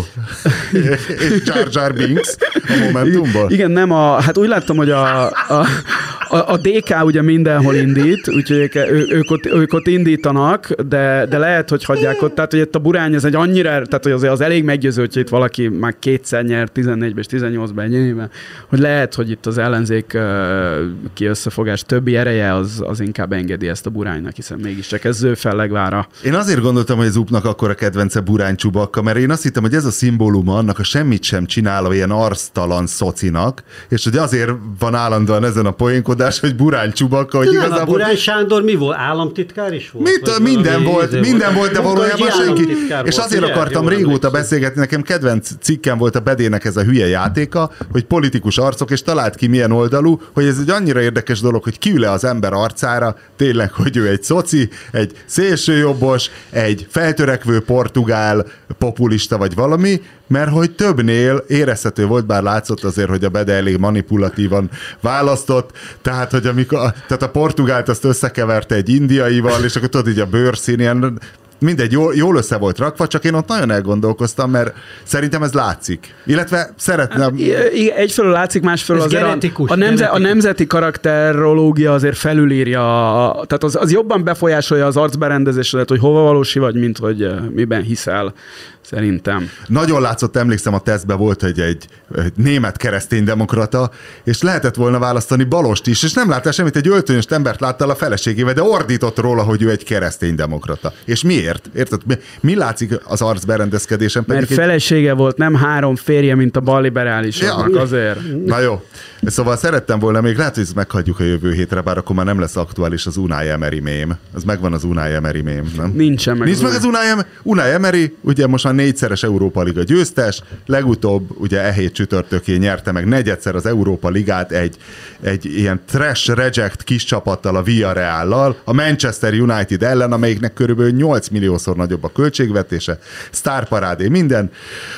És Jar Jar Binks a Momentumból? Igen, nem a... Hát úgy láttam, hogy a, a, a, a dé ká ugye mindenhol indít, úgyhogy ők, ők, ott, ők ott indítanak, de, de lehet, hogy hagyják ott. Tehát, hogy itt a Burány, ez egy annyira, tehát hogy azért az elég meggyőző, hogy itt valaki már kétszer nyert, tizennégyben és tizennyolcban egyéniben, hogy lehet, hogy itt az ellenzék uh, ki összefogás többi ereje az, az inkább engedi ezt a Buránynak, hiszen mégiscsak ez zőfellegvára. Én azért gondoltam, hogy az úpnak akkor a kedvence Burány Csubakka, mert én azt hittem, hogy ez a szimbóluma annak a semmit sem csináló ilyen arctalan szocinak, és hogy azért van állandóan ezen a poénkodás, hogy Burány Csubakka, hogy de igazából... Nem, a Burány Sándor mi volt? Államtitkár is volt? Mit, minden volt, minden volt, de valójában senki. És volt, azért ugye? akartam Jól régóta emlékszem. beszélgetni, nekem kedvenc cikkem volt a Bedének ez a hülye játéka, hogy politikus arcok, és talált ki milyen oldalú, hogy ez egy annyira érdekes dolog, hogy kiül-e az ember arcára, tényleg, hogy ő egy szoci, egy szélsőjobbos, egy feltörekvő portugál populista vagy valami, mert hogy többnél érezhető volt, bár látszott azért, hogy a Bede elég manipulatívan választott, tehát, hogy amikor, tehát a portugált azt összekeverte egy indiaival, és akkor tudod, így a bőrszín, ilyen, mindegy, jól, jól össze volt rakva, csak én ott nagyon elgondolkoztam, mert szerintem ez látszik. Illetve szeretném... Egyfelől látszik, másfelől ez azért genetikus, a, a, nemze, genetikus. a nemzeti karakterológia azért felülírja, a, tehát az, az jobban befolyásolja az arcberendezésedet, hogy hova valósi vagy, mint hogy uh, miben hiszel. Szerintem. Nagyon látszott, emlékszem, a tesztben volt, hogy egy, egy német kereszténydemokrata, és lehetett volna választani Balost is, és nem láttál semmit, egy öltönyös embert láttál a feleségével, de ordított róla, hogy ő egy kereszténydemokrata. És miért? Érted? Mi, mi látszik az arcberendezkedésen? Mert egy... felesége volt, nem három férje, mint a balliberálisoknak, ja. Azért. Na jó. Szóval szerettem volna, még lehet, hogy ezt meghagyjuk a jövő hétre, bár akkor már nem lesz aktuális az Unai Emery mém. Az megvan az Unai Emery mém, nem? Nincsen meg. Nincs meg az Unai Emery. Unai Emery, ugye most már négyszeres Európa Liga győztes, legutóbb ugye e hét csütörtökén nyerte meg negyedszer az Európa Ligát egy, egy ilyen trash reject kis csapattal, a Villarreallal, a Manchester United ellen, amelyiknek körülbelül nyolc milliószor nagyobb a költségvetése, sztárparádé, minden.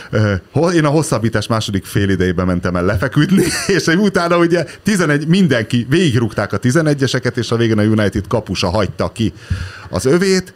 Én a hosszabbítás második fél idejében mentem el lefeküdni, és utána ugye tizenegy, mindenki, végigrúgták a tizenegyeseket, és a végén a United kapusa hagyta ki az övét,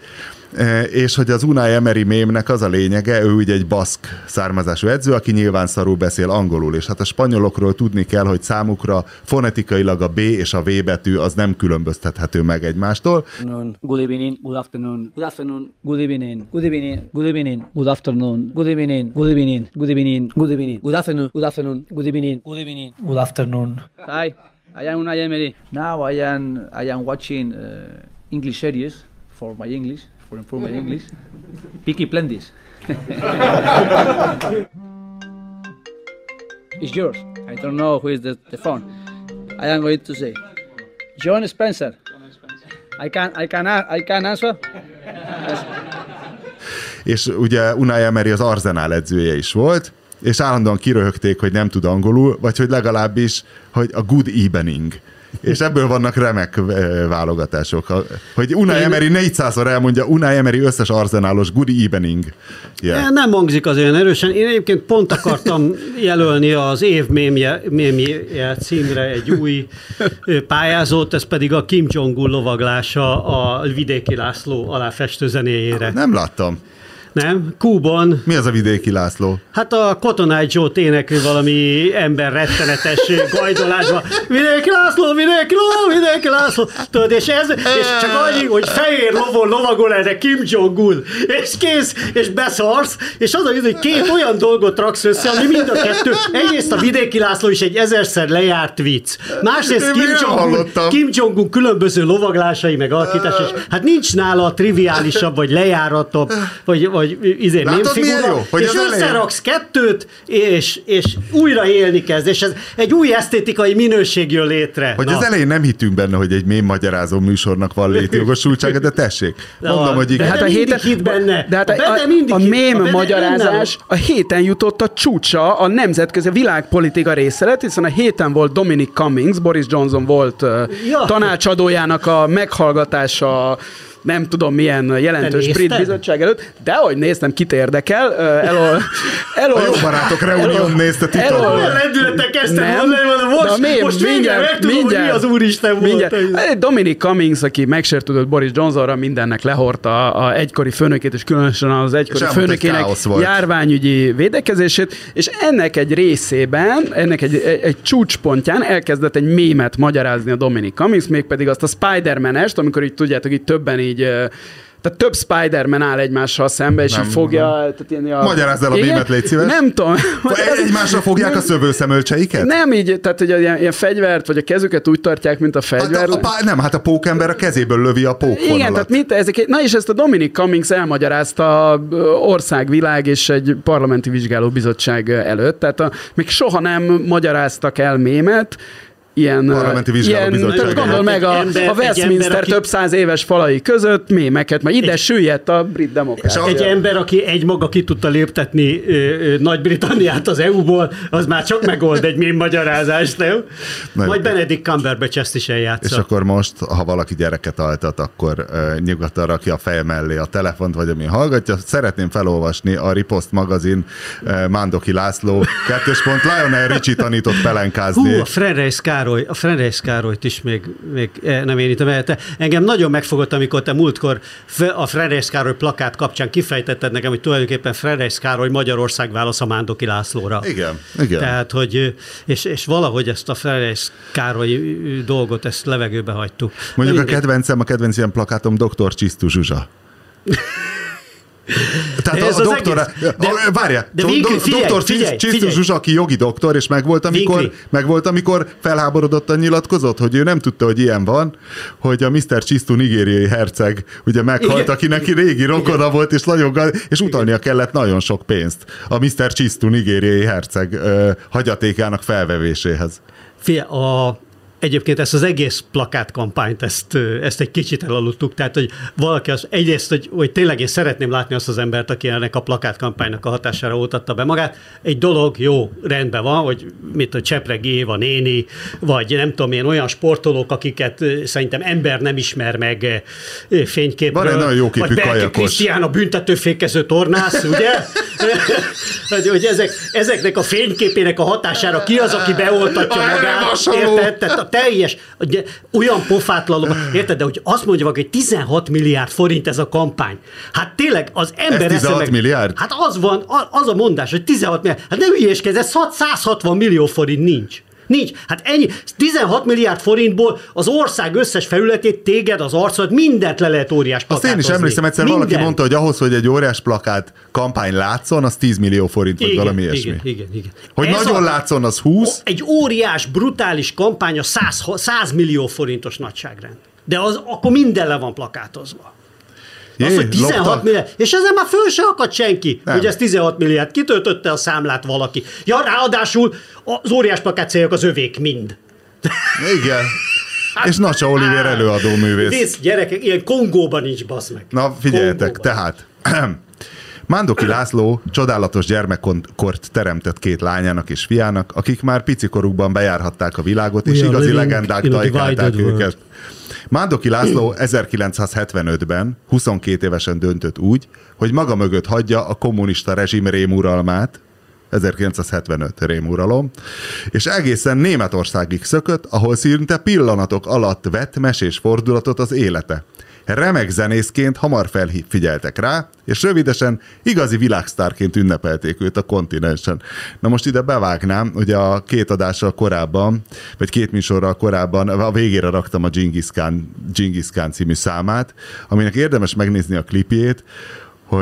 és hogy az Unai Emery mémnek az a lényege, ő ugye egy baszk származású edző, aki nyilván szarul beszél angolul, és hát a spanyolokról tudni kell, hogy számukra fonetikailag a B és a V betű az nem különböztethető meg egymástól. Good evening, good afternoon, good afternoon, good evening, good evening, good evening, good afternoon, good evening, good evening, good evening, good evening, good afternoon, good afternoon, good evening, good evening, good afternoon. Hi, I am Unai Emery. Now I am I am watching uh, English series for my English. For improve my English. Peaky Blinders. It's yours. I don't know who is the, the phone. I am going to say, John Spencer. I can I can I can answer. Yes. És ugye Unai Emery az Arsenal edzője is volt, és állandóan kiröhögték, hogy nem tud angolul, vagy hogy legalábbis, hogy a good evening. És ebből vannak remek válogatások. Hogy Unai Emery négyszázszor elmondja, Unai Emery összes arzenálos good evening. Yeah. Nem hangzik az olyan erősen. Én egyébként pont akartam jelölni az év mémje, mémje címre egy új pályázót, ez pedig a Kim Jong-un lovaglása a Vidéki László aláfestő zenéjére. Nem láttam. Nem? Kúban. Mi az a Vidéki László? Hát a Kotonágy Zsolt énekli valami ember rettenetes gajdolásban. Vidéki László, Vidéki László, Vidéki László. Tudod, és, ez, és csak annyi, hogy fehér lovon lovagol erre Kim Jong-un. És kész, és beszarsz, és az a hogy két olyan dolgot raksz össze, ami mind a kettő. Egyrészt a Vidéki László is egy ezerszer lejárt vicc. Másrészt Kim Jong-un, Kim Jong-un különböző lovaglásai meg alkítás, és hát nincs nála a triviálisabb, vagy lejáratabb, vagy, vagy vagy izé mémfigura, és összeraksz kettőt, és, és újra élni kezd, és ez egy új esztétikai minőség jön létre. Hogy Na. az elején nem hittünk benne, hogy egy mém magyarázó műsornak van létjogosultsága, de tessék, mondom, hogy de, hát a héten, hit benne. De hát a, a, a, a mém magyarázás a héten jutott a csúcsa a nemzetközi világpolitika része lett, hiszen a héten volt Dominic Cummings, Boris Johnson volt ja. tanácsadójának a meghallgatása, nem tudom milyen jelentős brit bizottság előtt, de ahogy néztem, kit érdekel. Elol, elol, a jó barátok reunión nézte titokból. Lendületek kezdtem mondani, most, mém, most mindjárt megtudom, hogy mi az úristen mindjárt. volt. Dominic Cummings, aki megsértődött Boris Johnsonra, mindennek lehordta a egykori főnökét, és különösen az egykori főnökének járványügyi védekezését, és ennek egy részében, ennek egy, egy, egy csúcspontján elkezdett egy mémet magyarázni a Dominic Cummings, mégpedig azt a Spider-Man-est, amikor így tudjátok, így többen így tehát több Spider-Man áll egymással szembe, és nem, így fogja... Tehát ilyen, a... Magyarázd el a mémet, légy szíves. Nem tudom. Egymásra fogják nem, a szövőszemölcseiket? Nem így, tehát hogy ilyen, ilyen fegyvert, vagy a kezüket úgy tartják, mint a fegyver. Hát a, a pá, nem, hát a pókember a kezéből lövi a pókvonalat. Igen, tehát mit, ezek, na és ezt a Dominic Cummings elmagyarázta országvilág és egy parlamenti vizsgálóbizottság előtt, tehát a, még soha nem magyaráztak el mémet, ilyen, parlamenti vizsgálóbizottság. Tehát gondol meg a, ember, a Westminster ember, aki... több száz éves falai között mémeket, mert ide egy, süllyedt a brit demokrácia. Egy ember, aki egymaga ki tudta léptetni ö, ö, Nagy-Britanniát az é u-ból, az már csak megold egy mém magyarázást, nem? Nem. Majd Benedict Cumberbatch ezt is eljátsza. És akkor most, ha valaki gyereket altat, akkor uh, nyugodtan rakja a feje mellé a telefont, vagy ami hallgatja. Szeretném felolvasni a Ripost magazin uh, Mándoki László kettős pont Lionel Richie tanított pelenkázni. Hú, a Frederick Károly, a Frederick Károlyt is még, még nem érítem el. Te, engem nagyon megfogott, amikor te múltkor a Frederick Károly plakát kapcsán kifejtetted nekem, hogy tulajdonképpen Frederick Károly Magyarország válasz a Mándoki Lászlóra. Igen, igen. Tehát, hogy, és, és valahogy ezt a Frederick Károly dolgot, ezt levegőbe hagytuk. Mondjuk a kedvencem, a kedvenc ilyen plakátom doktor Csisztus Zsuzsa. Tehát a, a doktor, várjál, doktor Csisztus Zsuzsa, aki jogi doktor, és megvolt amikor, megvolt, amikor felháborodottan nyilatkozott, hogy ő nem tudta, hogy ilyen van, hogy a miszter Csisztú nigériai herceg ugye meghalt, igen, aki neki régi rokona volt, és, nagyon, és utalnia kellett nagyon sok pénzt a miszter Csisztú nigériai herceg uh, hagyatékának felvevéséhez. Fia, a Egyébként ezt az egész plakátkampányt, ezt, ezt egy kicsit elaludtuk, tehát hogy valaki az, egyrészt, hogy, hogy tényleg én szeretném látni azt az embert, aki ennek a plakátkampánynak a hatására oltatta be magát. Egy dolog, jó, rendben van, hogy mit a Csepregi Éva néni, vagy nem tudom én, olyan sportolók, akiket szerintem ember nem ismer meg fényképről. Van egy nagyon jó képű vagy kajakos. Krisztián a büntetőfékező tornász, ugye? hogy, hogy ezek, ezeknek a fényképének a hatására ki az, aki beoltatja magát, érted? Tehát a teljes, ugye, olyan pofátlanul, érted, de hogy azt mondja valaki, hogy tizenhat milliárd forint ez a kampány. Hát tényleg az ember... Ez tizenhat milliárd? Hát az van, az a mondás, hogy tizenhat milliárd. Hát ne hülyéskedj, ez száz hatvan millió forint nincs. Nincs. Hát ennyi. tizenhat milliárd forintból az ország összes felületét, téged, az arcod, mindent le lehet óriás plakátozni. Azt én is emlékszem, egyszer minden. Valaki mondta, hogy ahhoz, hogy egy óriás plakát kampány látszon, az tíz millió forint, vagy igen, valami ilyesmi. Igen, igen, igen. Hogy ez nagyon a, látszon, az húsz. Egy óriás, brutális kampány a száz millió forintos nagyságrend. De az akkor minden le van plakátozva. Jé, az, hogy tizenhat milliárd, és ezen már föl se akad senki, nem. hogy ez tizenhat milliárd, kitöltötte a számlát valaki. Ja, ráadásul az óriás plakát céljak az övék mind. Igen. Hát, és Nacsa Olivér előadó művész. Nézd, gyerekek, ilyen Kongóban nincs, bassz meg. Na, figyeljetek, Kongóban. Tehát... Mándoki László csodálatos gyermekkort teremtett két lányának és fiának, akik már picikorukban bejárhatták a világot, és igazi legendák tajkálták őket. Mándoki László ezerkilencszázhetvenötben huszonkét évesen döntött úgy, hogy maga mögött hagyja a kommunista rezsim rémuralmát, ezerkilencszázhetvenöt rémuralom, és egészen Németországig szökött, ahol szinte pillanatok alatt vett mesés fordulatot az élete. Remek zenészként hamar felfigyeltek rá, és rövidesen igazi világsztárként ünnepelték őt a kontinensen. Na most ide bevágnám, ugye a két adással korábban, vagy két műsorral korábban a végére raktam a Genghis Khan, Genghis Khan című számát, aminek érdemes megnézni a klipjét, hogy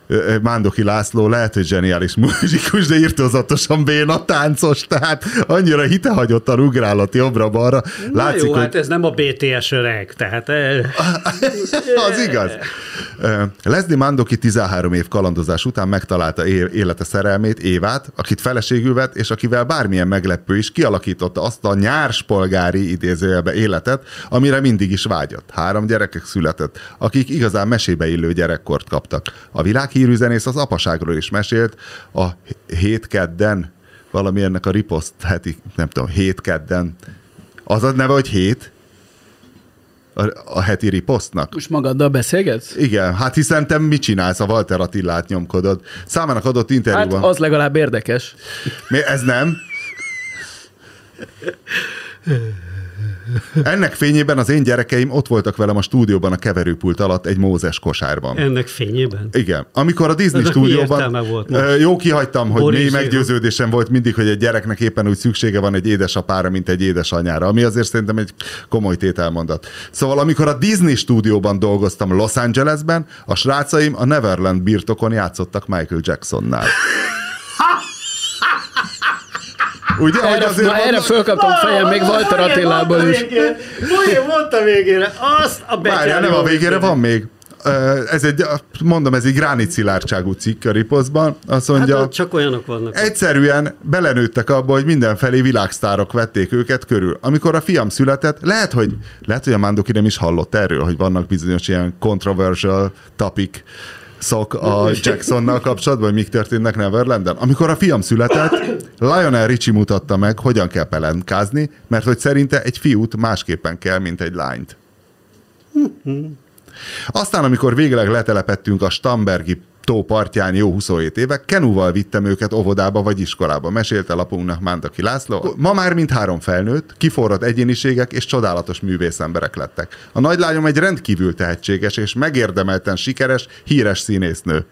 Mándoki László lehet, hogy zseniális muzsikus, de irtózatosan béna táncos, tehát annyira hitehagyottan ugrálati jobbra-balra. Látszik, jó, hogy... hát ez nem a bé té es öreg, tehát... Az igaz. Leslie Mandoki tizenhárom év kalandozás után megtalálta élete szerelmét, Évát, akit feleségül vett, és akivel bármilyen meglepő is kialakította azt a nyárspolgári idézőjelbe életet, amire mindig is vágyott. Három gyerekek született, akik igazán mesébe illő gyerekkort kaptak. A világhírű zenész az apaságról is mesélt, a hét kedden, valami ennek a riposzt heti, nem tudom, hét kedden. Az a neve, hogy hét? A, a heti riposztnak. Most magaddal beszélgetsz? Igen, hát hiszen te mit csinálsz, a Walter Attilát nyomkodod. Számának adott interjúban. Hát az legalább érdekes. Mi, ez nem? Ennek fényében az én gyerekeim ott voltak velem a stúdióban a keverőpult alatt egy Mózes kosárban. Ennek fényében? Igen. Amikor a Disney stúdióban... Jó, kihagytam, hogy mély meggyőződésem volt mindig, hogy egy gyereknek éppen úgy szüksége van egy édesapára, mint egy édesanyára, ami azért szerintem egy komoly tételmondat. Szóval amikor a Disney stúdióban dolgoztam Los Angelesben, a srácaim a Neverland birtokon játszottak Michael Jacksonnál. Ugye, erre, azért na, erre fölkaptam fejem még Walter Attilából is. Mondta végére, azt a betyárja. Várjál, nem a végére, van még. Ez egy, mondom, ez egy gránit szilárdságú cikk a riposzban. Azt mondja, hát csak olyanok vannak. Egyszerűen belenőttek abba, hogy mindenfelé világsztárok vették őket körül. Amikor a fiam született, lehet, hogy, lehet, hogy a Mándoki nem is hallott erről, hogy vannak bizonyos ilyen controversial topic szok a Jacksonnal kapcsolatban, hogy mik történnek Neverlanden. Amikor a fiam született, Lionel Richie mutatta meg, hogyan kell pelentkázni, mert hogy szerinte egy fiút másképpen kell, mint egy lányt. Aztán, amikor végleg letelepettünk a Stambergi tó partján jó huszonhét éve, kenúval vittem őket óvodába vagy iskolába, mesélte lapunknak Mándoki László. Ma már mind három felnőtt, kiforrott egyéniségek és csodálatos művészemberek lettek. A nagylányom egy rendkívül tehetséges és megérdemelten sikeres, híres színésznő.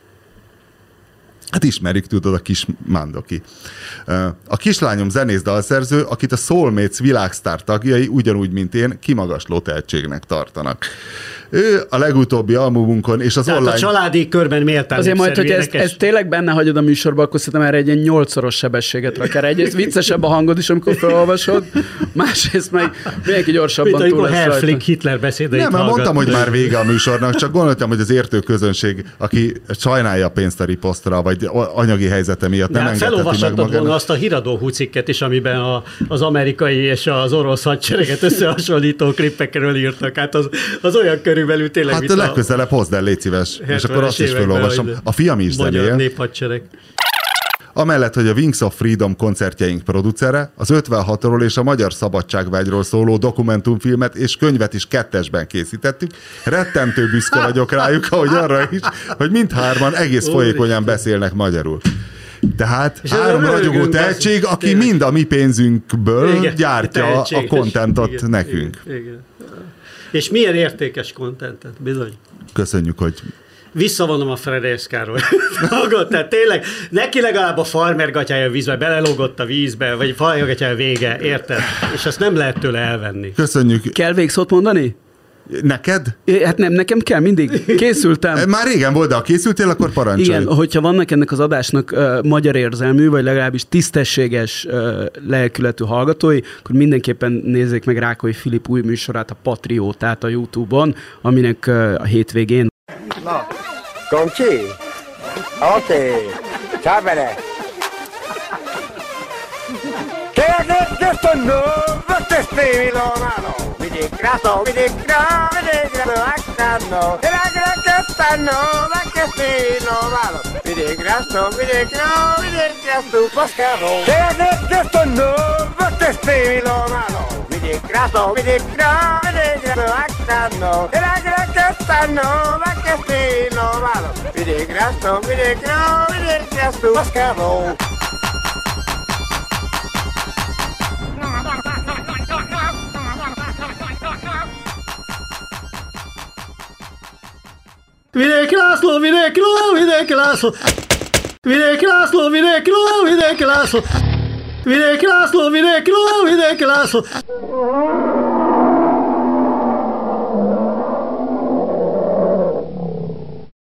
Hát ismerik, tudod, a kis Mándoki. A kislányom zenész dalszerző, akit a Soulmates világsztár tagjai ugyanúgy, mint én, kimagasló tehetségnek tartanak. Ő a legutóbbi albumunkon és az tehát online... a családi körben méltán azért majd, hogy ezt, ezt tényleg benne hagyod a műsorba, akkor szerintem erre egy ilyen nyolcszoros sebességet rak erre. Egyrészt viccesebb a hangod is, amikor felolvasod, másrészt meg mindenki gyorsabban mint túl lesz Herr rajta. Flick Hitler beszédeit nem, hallgat. mondtam, hogy már vége a műsornak, csak gondoltam, hogy az értő közönség, aki sajnálja a pénzt a riposztra, vagy anyagi helyzete miatt nem hát engedheti meg magának. volna azt a híradó húcikket is, amiben a, az amerikai és az orosz hadsereget összehasonlító klippekről írtak. Hát az, az olyan körülbelül tényleg... Hát legközelebb hozd el, légy szíves, és akkor azt is felolvasom. A fiam is zenél. Magyar néphadsereg. Amellett, hogy a Wings of Freedom koncertjeink producere, az ötvenhatról és a magyar szabadságvágyról szóló dokumentumfilmet és könyvet is kettesben készítettük. Rettentő büszke vagyok rájuk, ahogy arra is, hogy mindhárman egész folyékonyan beszélnek magyarul. Tehát és három ragyogó tehetség, aki tényleg mind a mi pénzünkből igen, gyártja tehetség, a kontentot igen, nekünk. Igen, igen. És milyen értékes kontentet, bizony. Köszönjük, hogy... Visszavonom a Fredész Károly. Tehát tényleg, neki legalább a farmergatyája vízbe, belelógott a vízbe, vagy farmergatyája vége, érted? És azt nem lehet tőle elvenni. Köszönjük. Kell végszót mondani? Neked? É, hát nem, nekem kell, mindig. Készültem. Már régen volt, de ha készültél, akkor parancsolj. Igen, hogyha vannak ennek az adásnak uh, magyar érzelmű, vagy legalábbis tisztességes uh, lelkületű hallgatói, akkor mindenképpen nézzék meg Rákói Filip új műsorát, a Patriótát a YouTube-on, aminek uh, a hétvégén. Na, Komcsi, Oké, Csábere. Kérdez, köszönöm, vöttös Milánó. Vigyék rászó, vigyék rá, vigyék rá, megszálló. Kérdez, köszönöm, vöttös Milánó. Vigyék rászó, vigyék rá, vigyék rászó, Paszkáló. Kérdez, köszönöm, vöttös Milánó. Vigyék rászó, vigyék rá, vigyék rá, megszálló. Kérdez, köszönöm, vöttös Milánó. Vigyék rászó, vigyék rá, vigyék rászó, Paszkáló. Vidéki László, Vidéki Ló, Vidéki László. Vidéki László, Vidéki Ló, Vidéki László. Vidéki László, Vidéki Ló, Vidéki László.